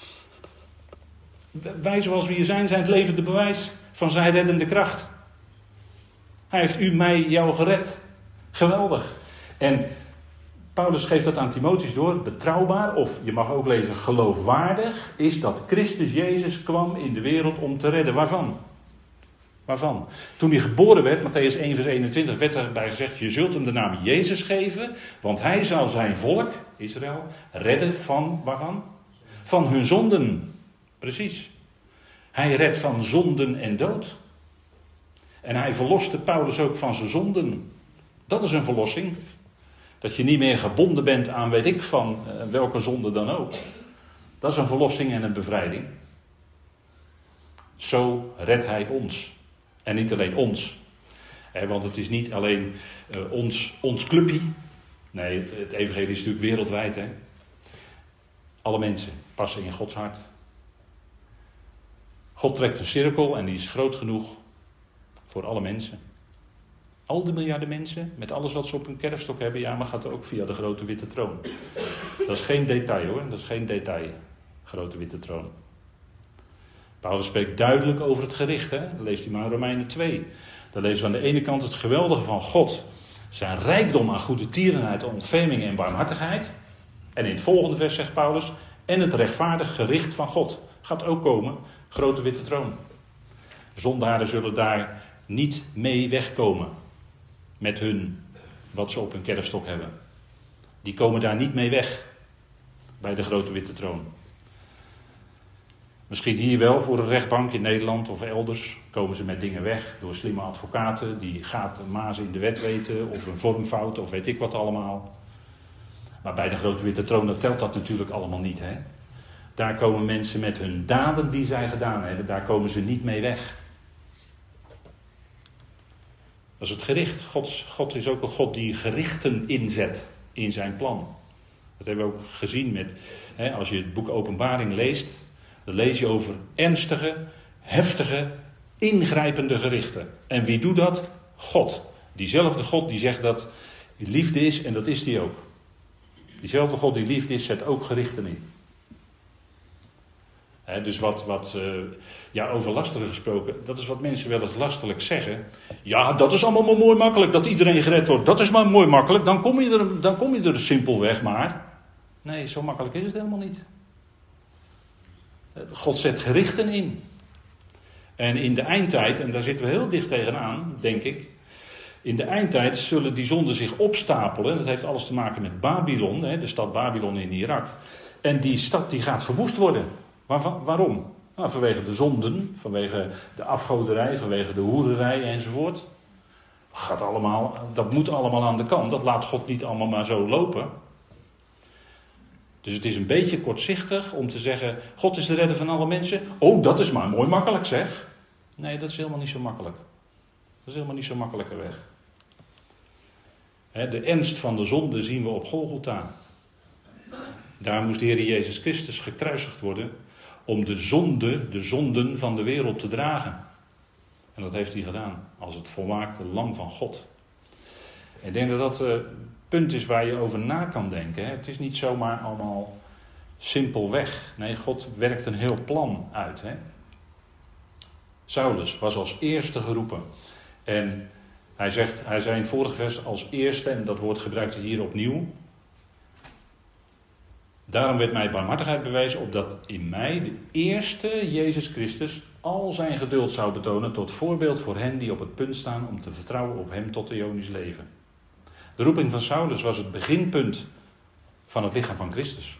Wij zoals we hier zijn het levende bewijs van zijn reddende kracht. Hij heeft u, mij, jou gered. Geweldig. En Paulus geeft dat aan Timotheus door. Betrouwbaar, of je mag ook lezen geloofwaardig, is dat Christus Jezus kwam in de wereld om te redden. Waarvan? Waarvan? Toen hij geboren werd, Mattheüs 1 vers 21, werd erbij gezegd, je zult hem de naam Jezus geven, want hij zal zijn volk, Israël, redden van, waarvan? Van hun zonden. Precies. Hij redt van zonden en dood. En hij verloste Paulus ook van zijn zonden. Dat is een verlossing. Dat je niet meer gebonden bent aan weet ik van welke zonde dan ook. Dat is een verlossing en een bevrijding. Zo redt hij ons. En niet alleen ons. Want het is niet alleen ons clubje. Nee, het evangelie is natuurlijk wereldwijd. Hè? Alle mensen passen in Gods hart. God trekt een cirkel en die is groot genoeg voor alle mensen. Al die miljarden mensen, met alles wat ze op hun kerfstok hebben, ja, maar gaat ook via de grote witte troon. Dat is geen detail hoor, dat is geen detail. Grote witte troon. Paulus spreekt duidelijk over het gericht, hè? Dan leest u maar Romeinen 2. Dan lezen we aan de ene kant het geweldige van God. Zijn rijkdom aan goede tierenheid, ontferming en barmhartigheid. En in het volgende vers zegt Paulus, En het rechtvaardig gericht van God gaat ook komen. Grote witte troon. Zondaren zullen daar niet mee wegkomen. Met wat ze op hun kerfstok hebben. Die komen daar niet mee weg. Bij de grote witte troon. Misschien hier wel voor een rechtbank in Nederland of elders. Komen ze met dingen weg door slimme advocaten. Die gaten mazen in de wet weten. Of een vormfout of weet ik wat allemaal. Maar bij de grote witte troon dat telt dat natuurlijk allemaal niet. Hè? Daar komen mensen met hun daden die zij gedaan hebben. Daar komen ze niet mee weg. Dat is het gericht. God is ook een God die gerichten inzet in zijn plan. Dat hebben we ook gezien met, als je het boek Openbaring leest, dan lees je over ernstige, heftige, ingrijpende gerichten. En wie doet dat? God. Diezelfde God die zegt dat die liefde is en dat is die ook. Diezelfde God die liefde is, zet ook gerichten in. Dus over lasteren gesproken, dat is wat mensen wel eens lastelijk zeggen. Ja, dat is allemaal maar mooi makkelijk, dat iedereen gered wordt. Dat is maar mooi makkelijk, dan kom je er simpelweg maar. Nee, zo makkelijk is het helemaal niet. God zet gerichten in. En in de eindtijd, en daar zitten we heel dicht tegenaan, denk ik. In de eindtijd zullen die zonden zich opstapelen. Dat heeft alles te maken met Babylon, de stad Babylon in Irak. En die stad die gaat verwoest worden. Waarom? Nou, vanwege de zonden, vanwege de afgoderij, vanwege de hoererij enzovoort. Dat moet allemaal aan de kant. Dat laat God niet allemaal maar zo lopen. Dus het is een beetje kortzichtig om te zeggen, God is de redder van alle mensen. Oh, dat is maar mooi makkelijk zeg. Nee, dat is helemaal niet zo makkelijk. Dat is helemaal niet zo'n makkelijke weg. De ernst van de zonde zien we op Golgotha. Daar moest de Heer Jezus Christus gekruisigd worden om de zonden van de wereld te dragen. En dat heeft hij gedaan als het volmaakte lam van God. Ik denk dat dat het punt is waar je over na kan denken. Het is niet zomaar allemaal simpelweg. Nee, God werkt een heel plan uit. Saulus was als eerste geroepen. En hij zei in het vorige vers als eerste, en dat woord gebruikt hij hier opnieuw. Daarom werd mij barmhartigheid bewezen, opdat in mij de eerste Jezus Christus al zijn geduld zou betonen tot voorbeeld voor hen die op het punt staan om te vertrouwen op hem tot eonisch leven. De roeping van Saulus was het beginpunt van het lichaam van Christus.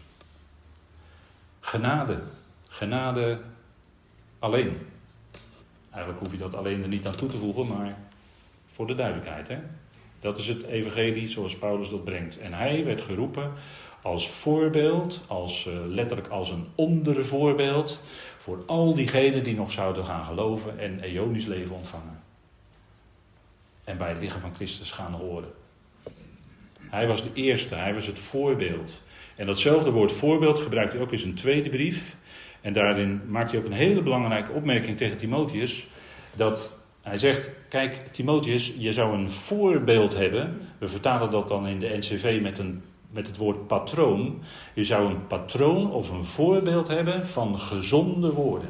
Genade alleen. Eigenlijk hoef je dat alleen er niet aan toe te voegen, maar voor de duidelijkheid. Dat is het evangelie zoals Paulus dat brengt. En hij werd geroepen als voorbeeld, letterlijk als een ondervoorbeeld, voor al diegenen die nog zouden gaan geloven en eonisch leven ontvangen. En bij het lichaam van Christus gaan horen. Hij was de eerste, hij was het voorbeeld. En datzelfde woord voorbeeld gebruikt hij ook in zijn tweede brief. En daarin maakt hij ook een hele belangrijke opmerking tegen Timotheus. Dat hij zegt, kijk Timotheus, je zou een voorbeeld hebben. We vertalen dat dan in de NCV met het woord patroon. Je zou een patroon of een voorbeeld hebben van gezonde woorden.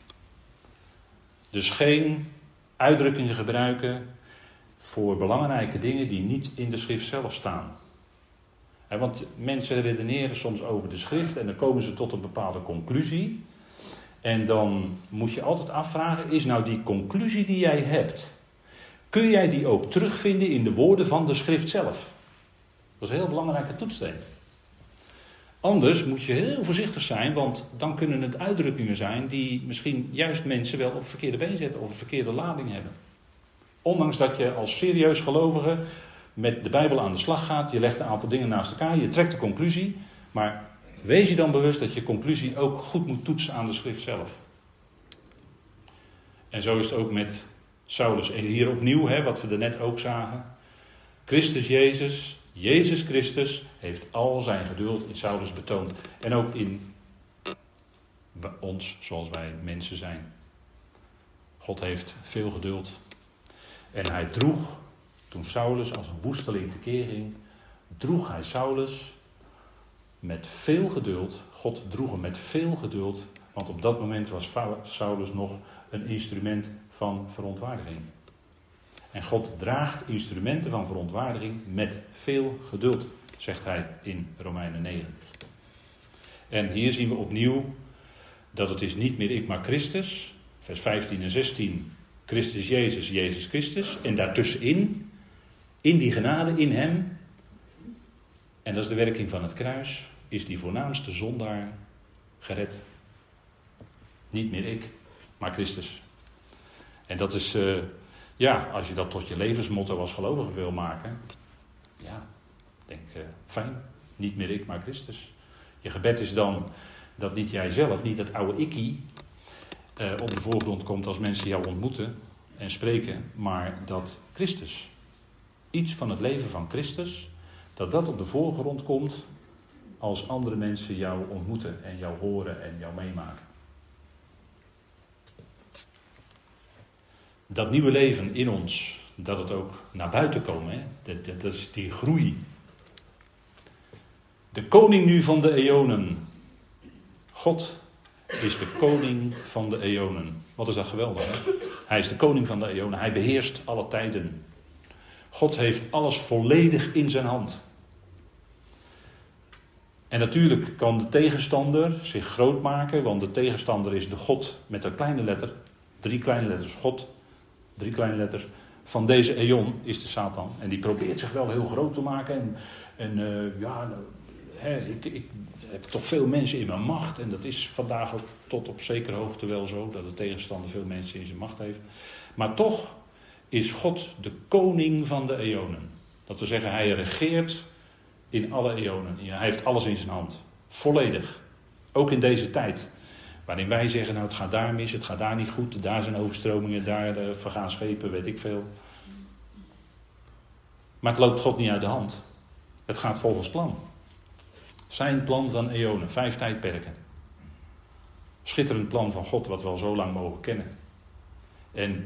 Dus geen uitdrukkingen gebruiken voor belangrijke dingen die niet in de schrift zelf staan. Want mensen redeneren soms over de schrift en dan komen ze tot een bepaalde conclusie. En dan moet je altijd afvragen, is nou die conclusie die jij hebt, kun jij die ook terugvinden in de woorden van de schrift zelf? Dat is een heel belangrijke toetssteen. Anders moet je heel voorzichtig zijn, want dan kunnen het uitdrukkingen zijn die misschien juist mensen wel op het verkeerde been zetten of een verkeerde lading hebben. Ondanks dat je als serieus gelovige met de Bijbel aan de slag gaat, je legt een aantal dingen naast elkaar, je trekt de conclusie, maar wees je dan bewust dat je conclusie ook goed moet toetsen aan de schrift zelf. En zo is het ook met Saulus. En hier opnieuw, wat we daarnet ook zagen. Christus Jezus Christus heeft al zijn geduld in Saulus betoond. En ook in ons, zoals wij mensen zijn. God heeft veel geduld. En hij droeg, toen Saulus als een woesteling tekeer ging, droeg hij Saulus met veel geduld. God droeg hem met veel geduld, want op dat moment was Saulus nog een instrument van verontwaardiging. En God draagt instrumenten van verontwaardiging met veel geduld, zegt hij in Romeinen 9. En hier zien we opnieuw dat het is niet meer ik, maar Christus. Vers 15 en 16, Christus Jezus, Jezus Christus. En daartussenin, in die genade, in hem, en dat is de werking van het kruis, is die voornaamste zondaar gered. Niet meer ik, maar Christus. En dat is, als je dat tot je levensmotto als gelovige wil maken, ja, denk fijn. Niet meer ik, maar Christus. Je gebed is dan dat niet jijzelf, niet dat oude ikkie op de voorgrond komt als mensen jou ontmoeten en spreken, maar dat Christus, iets van het leven van Christus, dat op de voorgrond komt als andere mensen jou ontmoeten en jou horen en jou meemaken. Dat nieuwe leven in ons, dat het ook naar buiten komt, dat is die groei. De koning nu van de eonen. God is de koning van de eonen. Wat is dat geweldig, hè? Hij is de koning van de eonen. Hij beheerst alle tijden. God heeft alles volledig in zijn hand. En natuurlijk kan de tegenstander zich groot maken, want de tegenstander is de God met een kleine letter. 3 kleine letters. God, 3 kleine letters. Van deze eon is de Satan. En die probeert zich wel heel groot te maken. Ik heb toch veel mensen in mijn macht. En dat is vandaag ook tot op zekere hoogte wel zo. Dat de tegenstander veel mensen in zijn macht heeft. Maar toch is God de koning van de eonen. Dat wil zeggen, hij regeert in alle eonen. Hij heeft alles in zijn hand. Volledig. Ook in deze tijd. Waarin wij zeggen, nou het gaat daar mis, het gaat daar niet goed. Daar zijn overstromingen, daar vergaan schepen, weet ik veel. Maar het loopt God niet uit de hand. Het gaat volgens plan. Zijn plan van eonen, 5 tijdperken. Schitterend plan van God, wat we al zo lang mogen kennen. En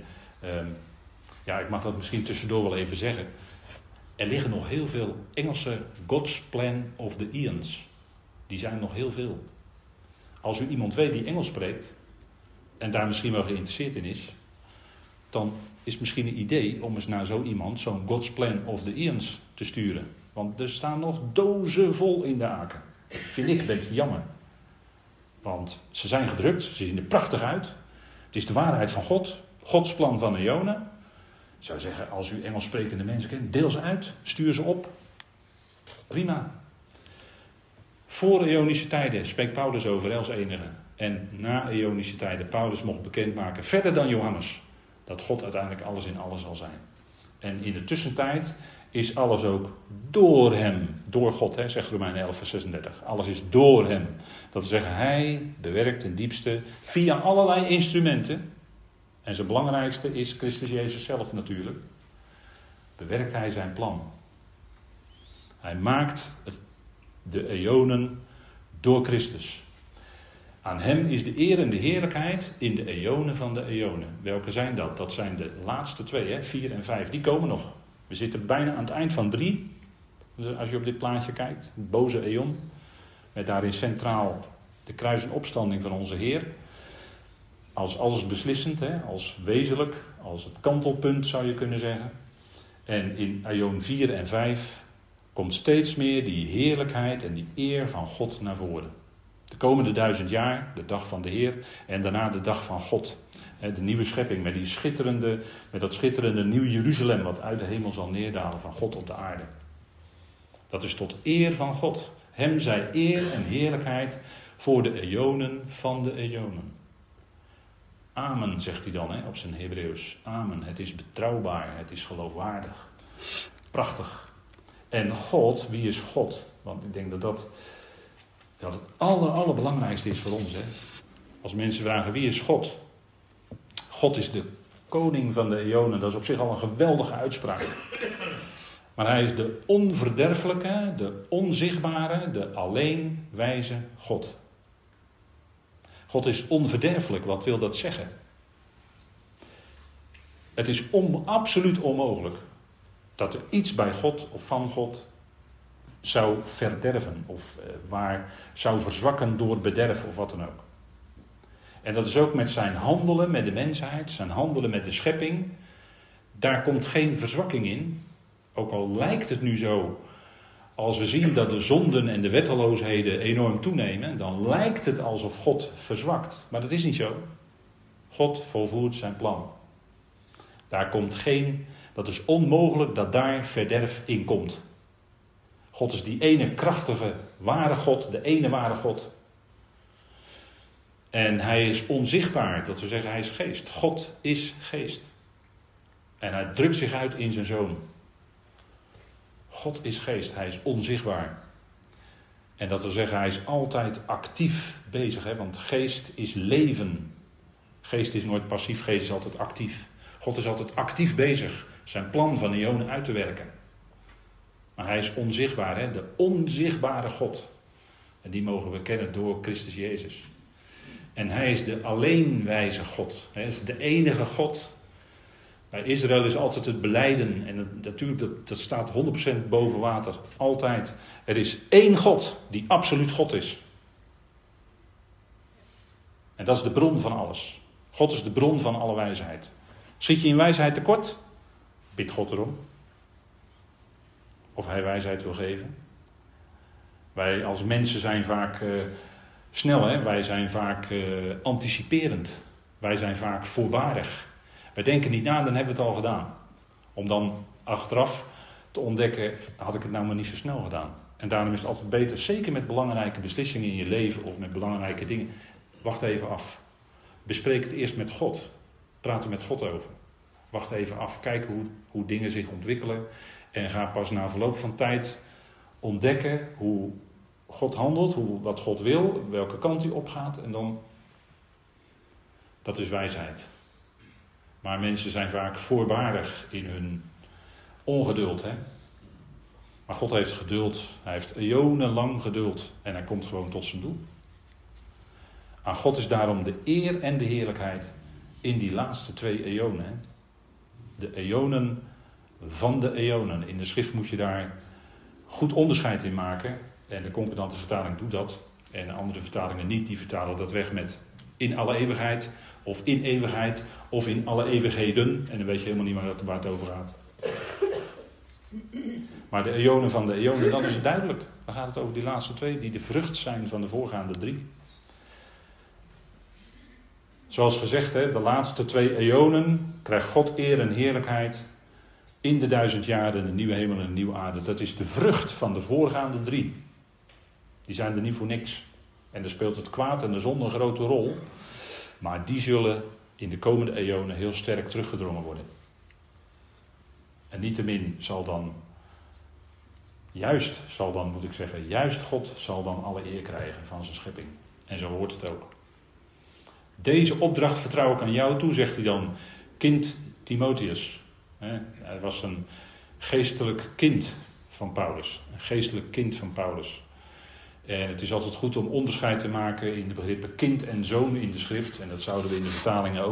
ik mag dat misschien tussendoor wel even zeggen. Er liggen nog heel veel Engelse God's Plan of the Eons. Die zijn nog heel veel. Als u iemand weet die Engels spreekt, en daar misschien wel geïnteresseerd in is, dan is het misschien een idee om eens naar zo iemand, zo'n God's Plan of the Eons, te sturen. Want er staan nog dozen vol in de aken. Vind ik een beetje jammer. Want ze zijn gedrukt, ze zien er prachtig uit. Het is de waarheid van God, Gods plan van eonen. Ik zou zeggen, als u Engels sprekende mensen kent, deel ze uit, stuur ze op. Prima. Voor eonische tijden spreekt Paulus over als enige. En na eonische tijden, Paulus mocht bekendmaken, verder dan Johannes, dat God uiteindelijk alles in alles zal zijn. En in de tussentijd is alles ook door hem, door God, zegt Romeinen 11 vers 36. Alles is door hem. Dat wil zeggen, hij bewerkt ten diepste via allerlei instrumenten. En zijn belangrijkste is Christus Jezus zelf natuurlijk. Bewerkt hij zijn plan. Hij maakt de eonen door Christus. Aan hem is de eer en de heerlijkheid in de eonen van de eonen. Welke zijn dat? Dat zijn de laatste 2, 4 en 5. Die komen nog. We zitten bijna aan het eind van 3. Als je op dit plaatje kijkt. Het boze eon. Met daarin centraal de kruis en opstanding van onze Heer. Als alles beslissend, als wezenlijk, als het kantelpunt zou je kunnen zeggen. En in eon 4 en 5 komt steeds meer die heerlijkheid en die eer van God naar voren. De komende 1000 jaar, de dag van de Heer, en daarna de dag van God. De nieuwe schepping met dat schitterende nieuw Jeruzalem wat uit de hemel zal neerdalen van God op de aarde. Dat is tot eer van God. Hem zij eer en heerlijkheid voor de eonen van de eonen. Amen, zegt hij dan op zijn Hebreeuws. Amen, het is betrouwbaar, het is geloofwaardig. Prachtig. En God, wie is God? Want ik denk dat het allerbelangrijkste is voor ons. Als mensen vragen, wie is God? God is de koning van de eonen. Dat is op zich al een geweldige uitspraak. Maar hij is de onverderfelijke, de onzichtbare, de alleen wijze God. God is onverderfelijk, wat wil dat zeggen? Het is absoluut onmogelijk dat er iets bij God of van God zou verderven of zou verzwakken door bederf of wat dan ook. En dat is ook met zijn handelen met de mensheid, zijn handelen met de schepping. Daar komt geen verzwakking in. Ook al lijkt het nu zo als we zien dat de zonden en de wetteloosheden enorm toenemen, dan lijkt het alsof God verzwakt. Maar dat is niet zo. God volvoert zijn plan. Dat is onmogelijk dat daar verderf in komt. God is die ene krachtige, ware God, de ene ware God. En hij is onzichtbaar, dat we zeggen hij is geest. God is geest. En hij drukt zich uit in zijn zoon. God is geest, hij is onzichtbaar. En dat wil zeggen, hij is altijd actief bezig, hè? Want geest is leven. Geest is nooit passief, geest is altijd actief. God is altijd actief bezig zijn plan van eonen uit te werken. Maar hij is onzichtbaar, hè? De onzichtbare God. En die mogen we kennen door Christus Jezus. En hij is de alleenwijze God. Hij is de enige God. Bij Israël is altijd het belijden. En natuurlijk, dat staat 100% boven water. Altijd. Er is één God die absoluut God is. En dat is de bron van alles. God is de bron van alle wijsheid. Schiet je in wijsheid tekort? Bid God erom. Of hij wijsheid wil geven. Wij als mensen zijn vaak snel, hè? Wij zijn vaak anticiperend. Wij zijn vaak voorbarig. Wij denken niet na, dan hebben we het al gedaan. Om dan achteraf te ontdekken, had ik het nou maar niet zo snel gedaan. En daarom is het altijd beter, zeker met belangrijke beslissingen in je leven of met belangrijke dingen. Wacht even af. Bespreek het eerst met God. Praat er met God over. Wacht even af, kijk hoe dingen zich ontwikkelen. En ga pas na verloop van tijd ontdekken hoe God handelt, wat God wil, welke kant hij opgaat. En dan, dat is wijsheid. Maar mensen zijn vaak voorbarig in hun ongeduld. Hè? Maar God heeft geduld. Hij heeft eonenlang geduld. En hij komt gewoon tot zijn doel. Aan God is daarom de eer en de heerlijkheid in die laatste 2 eonen. Hè? De eonen van de eonen. In de schrift moet je daar goed onderscheid in maken. En de concordante vertaling doet dat. En andere vertalingen niet. Die vertalen dat weg met in alle eeuwigheid. Of in eeuwigheid. Of in alle eeuwigheden. En dan weet je helemaal niet meer waar het over gaat. Maar de eonen van de eonen, dan is het duidelijk. Dan gaat het over die laatste 2. Die de vrucht zijn van de voorgaande 3. Zoals gezegd, hè, de laatste 2 eonen krijgt God eer en heerlijkheid. In de 1000 jaren, de nieuwe hemel en de nieuwe aarde. Dat is de vrucht van de voorgaande 3. Die zijn er niet voor niks. En daar speelt het kwaad en de zonde een grote rol. Maar die zullen in de komende eonen heel sterk teruggedrongen worden. En niettemin zal dan juist God zal dan alle eer krijgen van zijn schepping. En zo hoort het ook. Deze opdracht vertrouw ik aan jou toe, zegt hij dan, kind Timotheus. Hij was een geestelijk kind van Paulus. Een geestelijk kind van Paulus. En het is altijd goed om onderscheid te maken in de begrippen kind en zoon in de schrift. En dat zouden we in de vertalingen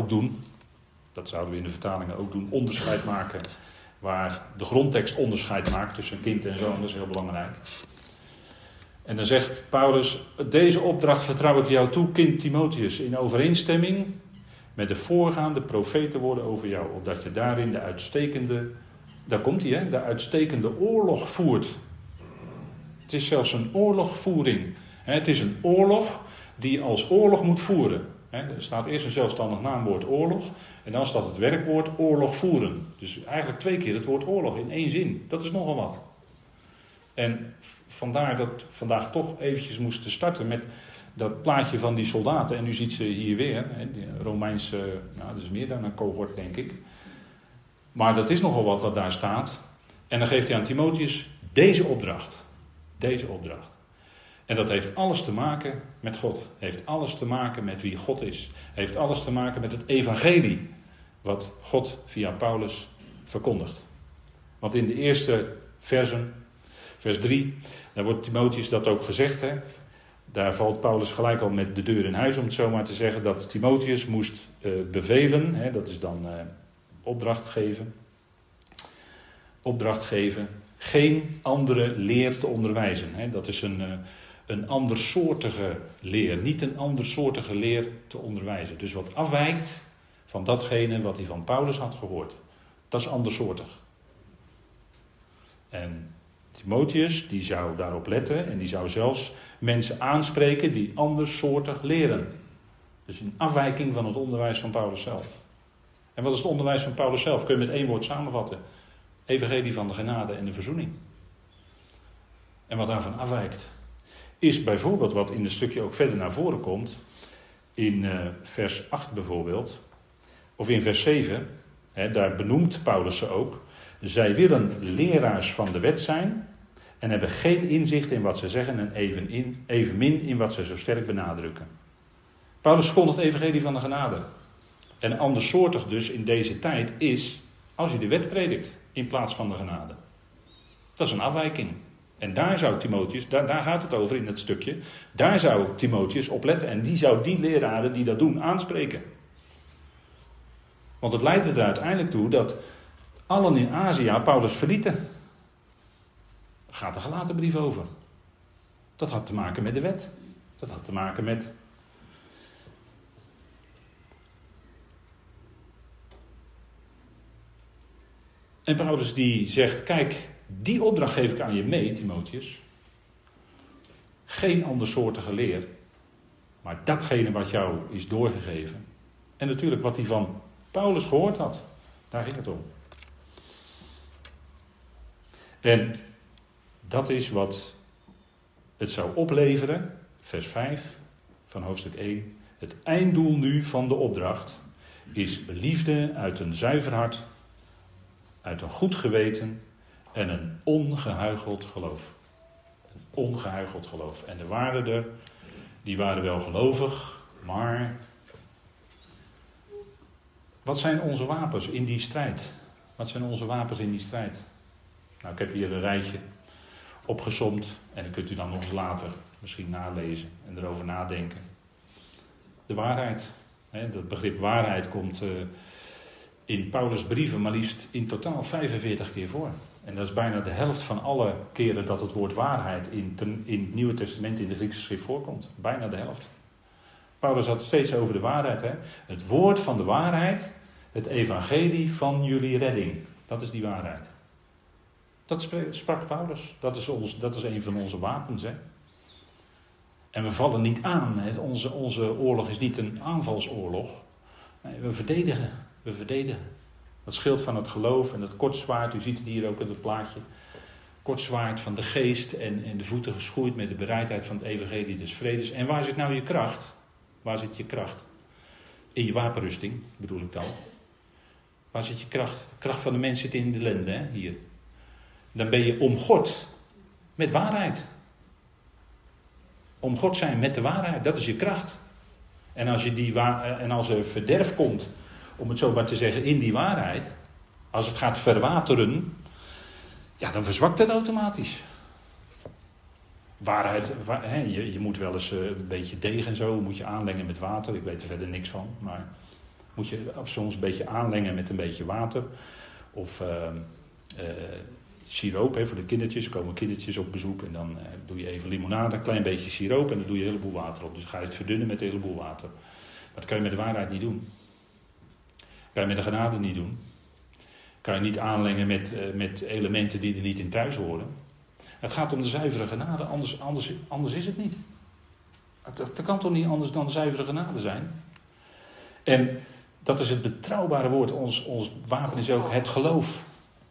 ook doen. Onderscheid maken waar de grondtekst onderscheid maakt tussen kind en zoon. Dat is heel belangrijk. En dan zegt Paulus, deze opdracht vertrouw ik jou toe, kind Timotheus, in overeenstemming met de voorgaande profetenwoorden over jou. Opdat je daarin de uitstekende oorlog voert. Het is zelfs een oorlogvoering. Het is een oorlog die je als oorlog moet voeren. Er staat eerst een zelfstandig naamwoord oorlog. En dan staat het werkwoord oorlog voeren. Dus eigenlijk 2 keer het woord oorlog in 1 zin. Dat is nogal wat. En vandaar dat vandaag toch eventjes moesten starten met dat plaatje van die soldaten. En u ziet ze hier weer. Die Romeinse, dat is meer dan een cohort denk ik. Maar dat is nogal wat daar staat. En dan geeft hij aan Timotheus deze opdracht. Deze opdracht. En dat heeft alles te maken met God. Heeft alles te maken met wie God is. Heeft alles te maken met het evangelie. Wat God via Paulus verkondigt. Want in de eerste versen, vers 3, daar wordt Timotheus dat ook gezegd. Hè? Daar valt Paulus gelijk al met de deur in huis, om het zo maar te zeggen. Dat Timotheus moest bevelen. Hè? Dat is dan opdracht geven. Opdracht geven. Geen andere leer te onderwijzen. Hè? Dat is een andersoortige leer. Niet een andersoortige leer te onderwijzen. Dus wat afwijkt van datgene wat hij van Paulus had gehoord. Dat is andersoortig. En Timotheus, die zou daarop letten en die zou zelfs mensen aanspreken die andersoortig leren. Dus een afwijking van het onderwijs van Paulus zelf. En wat is het onderwijs van Paulus zelf? Kun je met één woord samenvatten. Evangelie van de genade en de verzoening. En wat daarvan afwijkt, is bijvoorbeeld wat in het stukje ook verder naar voren komt. In vers 8 bijvoorbeeld. Of in vers 7. Daar benoemt Paulus ze ook. Zij willen leraars van de wet zijn. En hebben geen inzicht in wat ze zeggen. En evenmin in wat ze zo sterk benadrukken. Paulus verkondigt het evangelie van de genade. En andersoortig dus in deze tijd is als je de wet predikt in plaats van de genade. Dat is een afwijking. En daar zou Timotheus, daar gaat het over in het stukje. Daar zou Timotheus op letten. En die zou die leraren die dat doen aanspreken. Want het leidt er uiteindelijk toe dat allen in Azië Paulus verlieten. Daar gaat de Galatenbrief over. Dat had te maken met de wet. Dat had te maken met... En Paulus die zegt, kijk, die opdracht geef ik aan je mee, Timotheus. Geen andersoortige leer, maar datgene wat jou is doorgegeven. En natuurlijk wat hij van Paulus gehoord had, daar ging het om. En dat is wat het zou opleveren, vers 5 van hoofdstuk 1. Het einddoel nu van de opdracht is liefde uit een zuiver hart, uit een goed geweten en een ongehuicheld geloof. Een ongehuicheld geloof. En er waren er, die waren wel gelovig, maar wat zijn onze wapens in die strijd? Wat zijn onze wapens in die strijd? Nou, ik heb hier een rijtje opgesomd en dan kunt u dan nog eens later misschien nalezen en erover nadenken. De waarheid. Dat begrip waarheid komt in Paulus' brieven maar liefst in totaal 45 keer voor. En dat is bijna de helft van alle keren dat het woord waarheid in het Nieuwe Testament in de Griekse schrift voorkomt. Bijna de helft. Paulus had het steeds over de waarheid. Het woord van de waarheid, het evangelie van jullie redding. Dat is die waarheid. Dat sprak Paulus. Dat is een van onze wapens. En we vallen niet aan. Onze oorlog is niet een aanvalsoorlog. Nee, we verdedigen. We verdedigen. Dat schild van het geloof en het kortzwaard. U ziet het hier ook in het plaatje. Kortzwaard van de geest en de voeten geschoeid met de bereidheid van het evangelie des vredes. En waar zit nou je kracht? Waar zit je kracht? In je wapenrusting, bedoel ik dan. Waar zit je kracht? De kracht van de mens zit in de lenden, hier. Dan ben je omgord met waarheid. Omgord zijn met de waarheid, dat is je kracht. En als er verderf komt, om het zo maar te zeggen, in die waarheid, als het gaat verwateren, ja, dan verzwakt het automatisch. Waarheid, je moet wel eens een beetje deeg en zo, moet je aanlengen met water. Ik weet er verder niks van, maar moet je soms een beetje aanlengen met een beetje water. Of siroop voor de kindertjes. Er komen kindertjes op bezoek en dan doe je even limonade, een klein beetje siroop en dan doe je een heleboel water op. Dus ga je het verdunnen met een heleboel water. Maar dat kan je met de waarheid niet doen. Dat kan je met de genade niet doen. Kan je niet aanlengen met elementen die er niet in thuis horen. Het gaat om de zuivere genade, anders is het niet. Het kan toch niet anders dan zuivere genade zijn? En dat is het betrouwbare woord. Ons wapen is ook het geloof.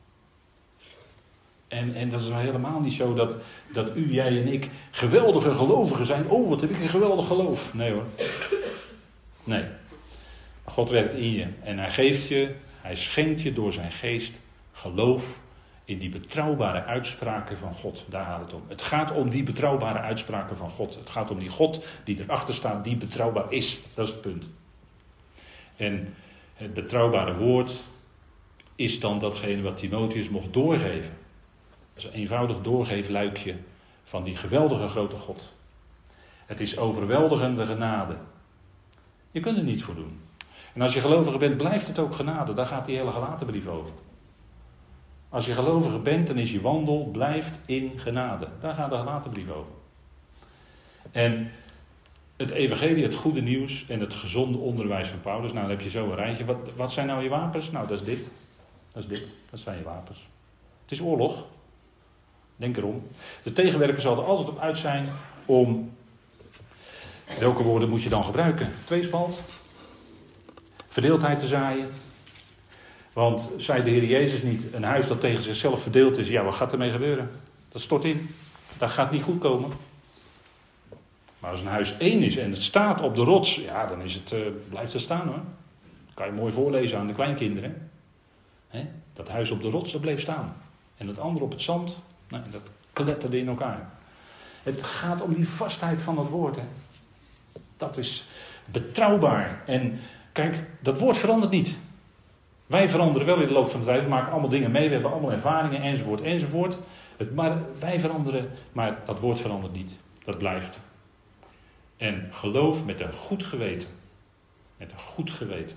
En dat is nou helemaal niet zo dat u, jij en ik geweldige gelovigen zijn. Oh, wat heb ik een geweldig geloof. Nee hoor. Nee. God werkt in je en hij geeft je, hij schenkt je door zijn geest geloof in die betrouwbare uitspraken van God. Daar gaat het om. Het gaat om die betrouwbare uitspraken van God. Het gaat om die God die erachter staat, die betrouwbaar is. Dat is het punt. En het betrouwbare woord is dan datgene wat Timotheus mocht doorgeven. Dat is een eenvoudig doorgeefluikje van die geweldige grote God. Het is overweldigende genade. Je kunt er niets voor doen. En als je gelovige bent, blijft het ook genade. Daar gaat die hele Galatenbrief over. Als je gelovige bent, dan is je wandel, blijft in genade. Daar gaat de Galatenbrief over. En het evangelie, het goede nieuws en het gezonde onderwijs van Paulus. Nou, dan heb je zo een rijtje. Wat zijn nou je wapens? Nou, dat is dit. Dat is dit. Dat zijn je wapens. Het is oorlog. Denk erom. De tegenwerker zal er altijd op uit zijn om... Welke woorden moet je dan gebruiken? Tweespalt? Verdeeldheid te zaaien? Want zei de Heer Jezus niet, een huis dat tegen zichzelf verdeeld is, ja, wat gaat ermee gebeuren? Dat stort in. Dat gaat niet goed komen. Maar als een huis één is en het staat op de rots, ja, dan is het, blijft het staan hoor. Dat kan je mooi voorlezen aan de kleinkinderen. Dat huis op de rots, dat bleef staan. En het andere op het zand, nou, dat kletterde in elkaar. Het gaat om die vastheid van het woord. Hè. Dat is betrouwbaar. En kijk, dat woord verandert niet. Wij veranderen wel in de loop van de tijd. We maken allemaal dingen mee. We hebben allemaal ervaringen enzovoort enzovoort. Maar wij veranderen. Maar dat woord verandert niet. Dat blijft. En geloof met een goed geweten. Met een goed geweten.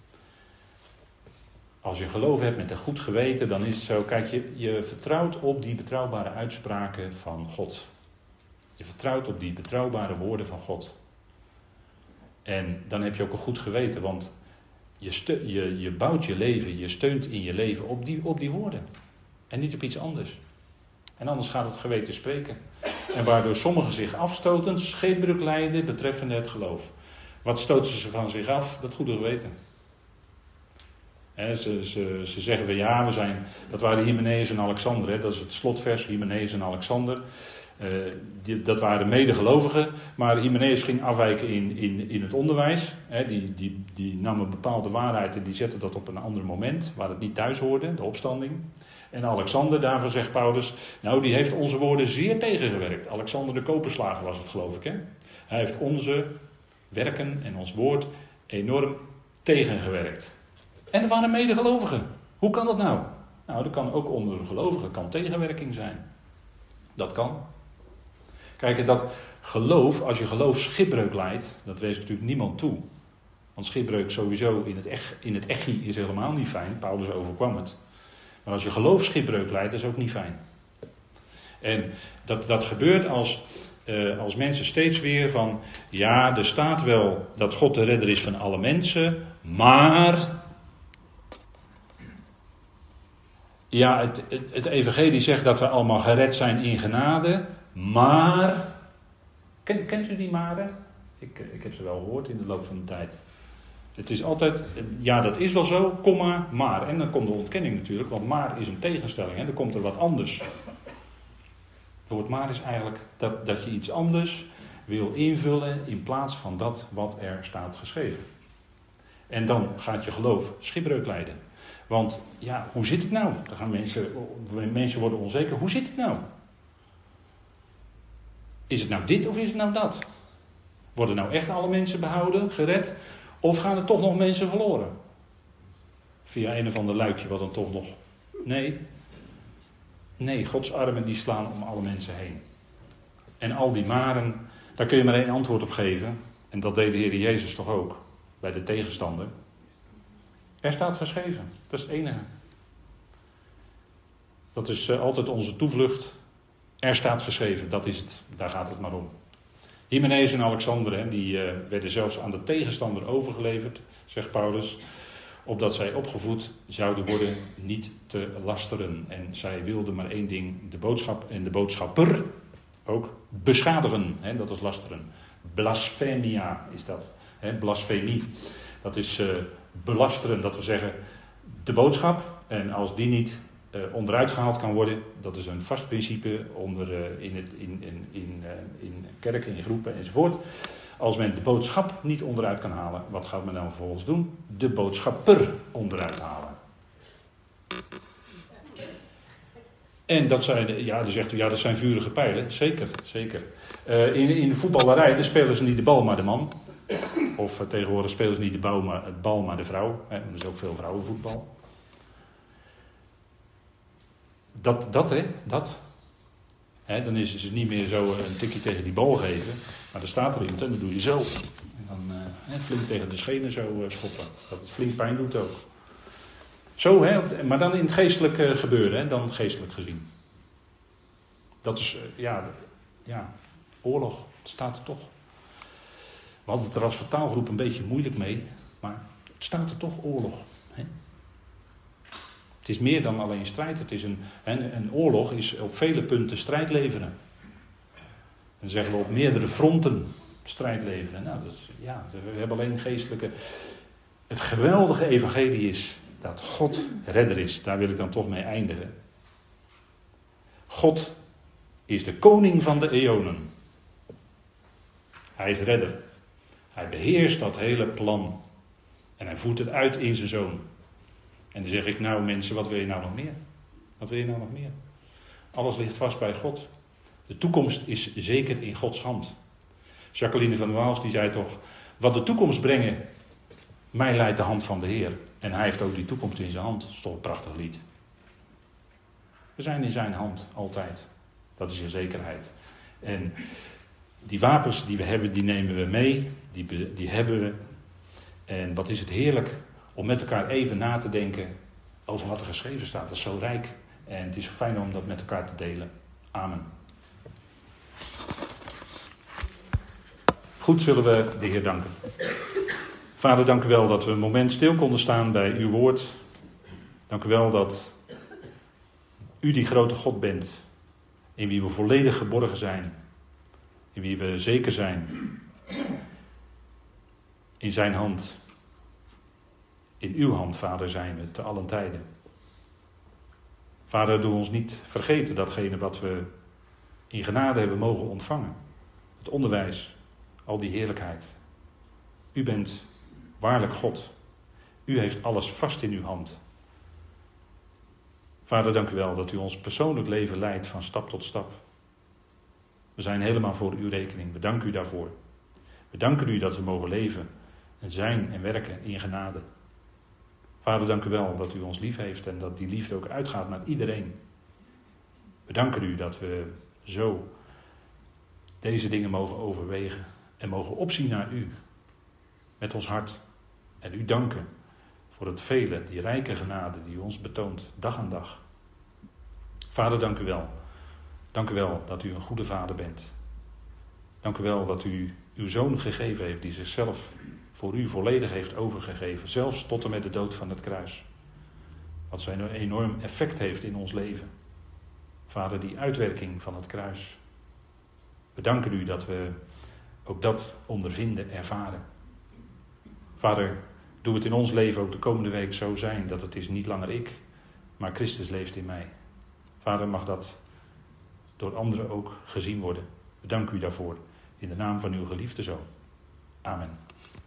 Als je geloof hebt met een goed geweten, dan is het zo. Kijk, je vertrouwt op die betrouwbare uitspraken van God. Je vertrouwt op die betrouwbare woorden van God. En dan heb je ook een goed geweten, want je bouwt je leven, je steunt in je leven op die woorden. En niet op iets anders. En anders gaat het geweten spreken. En waardoor sommigen zich afstoten, scheepbreuk lijden betreffende het geloof. Wat stoten ze van zich af? Dat goede geweten. Ze zeggen van ja, dat waren Hymenaeus en Alexander. Hè, dat is het slotvers, Hymenaeus en Alexander. Dat waren medegelovigen, maar Hymenaeus ging afwijken in het onderwijs. Die nam een bepaalde waarheid en die zette dat op een ander moment, waar het niet thuis hoorde, de opstanding. En Alexander, daarvan zegt Paulus, nou die heeft onze woorden zeer tegengewerkt. Alexander de Koperslager was het, geloof ik. Hè? Hij heeft onze werken en ons woord enorm tegengewerkt. En er waren medegelovigen. Hoe kan dat nou? Nou, dat kan ook onder de gelovigen, kan tegenwerking zijn. Dat kan. Kijk, dat geloof, als je geloof schipbreuk leidt, dat wees natuurlijk niemand toe. Want schipbreuk sowieso in het echi is helemaal niet fijn. Paulus overkwam het. Maar als je geloof schipbreuk leidt, dat is ook niet fijn. En dat gebeurt als mensen steeds weer van, ja, er staat wel dat God de redder is van alle mensen, maar... Ja, het evangelie zegt dat we allemaal gered zijn in genade, maar... Kent u die maren? Ik heb ze wel gehoord in de loop van de tijd. Het is altijd, ja dat is wel zo, komma, maar. En dan komt de ontkenning natuurlijk, want maar is een tegenstelling. Hè? Dan komt er wat anders. Het woord maar is eigenlijk dat je iets anders wil invullen in plaats van dat wat er staat geschreven. En dan gaat je geloof schipbreuk lijden. Want ja, hoe zit het nou? Dan gaan mensen worden onzeker. Hoe zit het nou? Is het nou dit of is het nou dat? Worden nou echt alle mensen behouden, gered? Of gaan er toch nog mensen verloren? Via een of ander luikje wat dan toch nog... Nee, Gods armen die slaan om alle mensen heen. En al die maren, daar kun je maar één antwoord op geven. En dat deed de Heer Jezus toch ook, bij de tegenstander. Er staat geschreven, dat is het enige. Dat is altijd onze toevlucht. Er staat geschreven, dat is het. Daar gaat het maar om. Hymenaeus en Alexander, die werden zelfs aan de tegenstander overgeleverd, zegt Paulus, opdat zij opgevoed zouden worden niet te lasteren. En zij wilden maar één ding, de boodschap en de boodschapper ook beschadigen. Dat is lasteren. Blasfemia is dat. Blasfemie, dat is belasteren, dat we zeggen de boodschap. En als die niet onderuit gehaald kan worden, dat is een vast principe in kerken, in groepen enzovoort. Als men de boodschap niet onderuit kan halen, wat gaat men dan vervolgens doen? De boodschapper onderuit halen. En dat zijn, dat zijn vurige pijlen, zeker. In de voetballerij, daar spelen ze niet de bal, maar de man. Of tegenwoordig spelen ze niet de bal, maar de vrouw. Er is ook veel vrouwenvoetbal. Dan is het niet meer zo een tikje tegen die bal geven. Maar dan staat er iemand en dan doe je zo. En dan flink tegen de schenen zo schoppen. Dat het flink pijn doet ook. Zo, maar dan in het geestelijk gebeuren. Dan geestelijk gezien. Dat is, oorlog. Het staat er toch. We hadden het er als vertaalgroep een beetje moeilijk mee. Maar het staat er toch, oorlog. Het is meer dan alleen strijd. Het is een oorlog is op vele punten strijd leveren. Dan zeggen we op meerdere fronten strijd leveren. Nou, we hebben alleen geestelijke... Het geweldige evangelie is dat God redder is. Daar wil ik dan toch mee eindigen. God is de koning van de eonen. Hij is redder. Hij beheerst dat hele plan. En hij voert het uit in zijn zoon. En dan zeg ik, nou mensen, wat wil je nou nog meer? Wat wil je nou nog meer? Alles ligt vast bij God. De toekomst is zeker in Gods hand. Jacqueline van der Waals die zei toch, wat de toekomst brengen, mij leidt de hand van de Heer. En hij heeft ook die toekomst in zijn hand. Dat is toch een prachtig lied. We zijn in zijn hand, altijd. Dat is je zekerheid. En die wapens die we hebben, die nemen we mee. Die hebben we. En wat is het heerlijk om met elkaar even na te denken over wat er geschreven staat. Dat is zo rijk. En het is zo fijn om dat met elkaar te delen. Amen. Goed, zullen we de Heer danken. Vader, dank u wel dat we een moment stil konden staan bij uw woord. Dank u wel dat u die grote God bent, in wie we volledig geborgen zijn, in wie we zeker zijn, in zijn hand. In uw hand, Vader, zijn we te allen tijden. Vader, doe ons niet vergeten datgene wat we in genade hebben mogen ontvangen. Het onderwijs, al die heerlijkheid. U bent waarlijk God. U heeft alles vast in uw hand. Vader, dank u wel dat u ons persoonlijk leven leidt van stap tot stap. We zijn helemaal voor uw rekening. We danken u daarvoor. We danken u dat we mogen leven en zijn en werken in genade. Vader, dank u wel dat u ons lief heeft en dat die liefde ook uitgaat naar iedereen. We danken u dat we zo deze dingen mogen overwegen en mogen opzien naar u met ons hart. En u danken voor het vele, die rijke genade die u ons betoont dag aan dag. Vader, dank u wel. Dank u wel dat u een goede vader bent. Dank u wel dat u uw zoon gegeven heeft die zichzelf voor u volledig heeft overgegeven. Zelfs tot en met de dood van het kruis. Wat zo'n enorm effect heeft in ons leven. Vader, die uitwerking van het kruis. We danken u dat we ook dat ondervinden, ervaren. Vader, doe het in ons leven ook de komende week zo zijn dat het is niet langer ik, maar Christus leeft in mij. Vader, mag dat door anderen ook gezien worden. We danken u daarvoor in de naam van uw geliefde Zoon. Amen.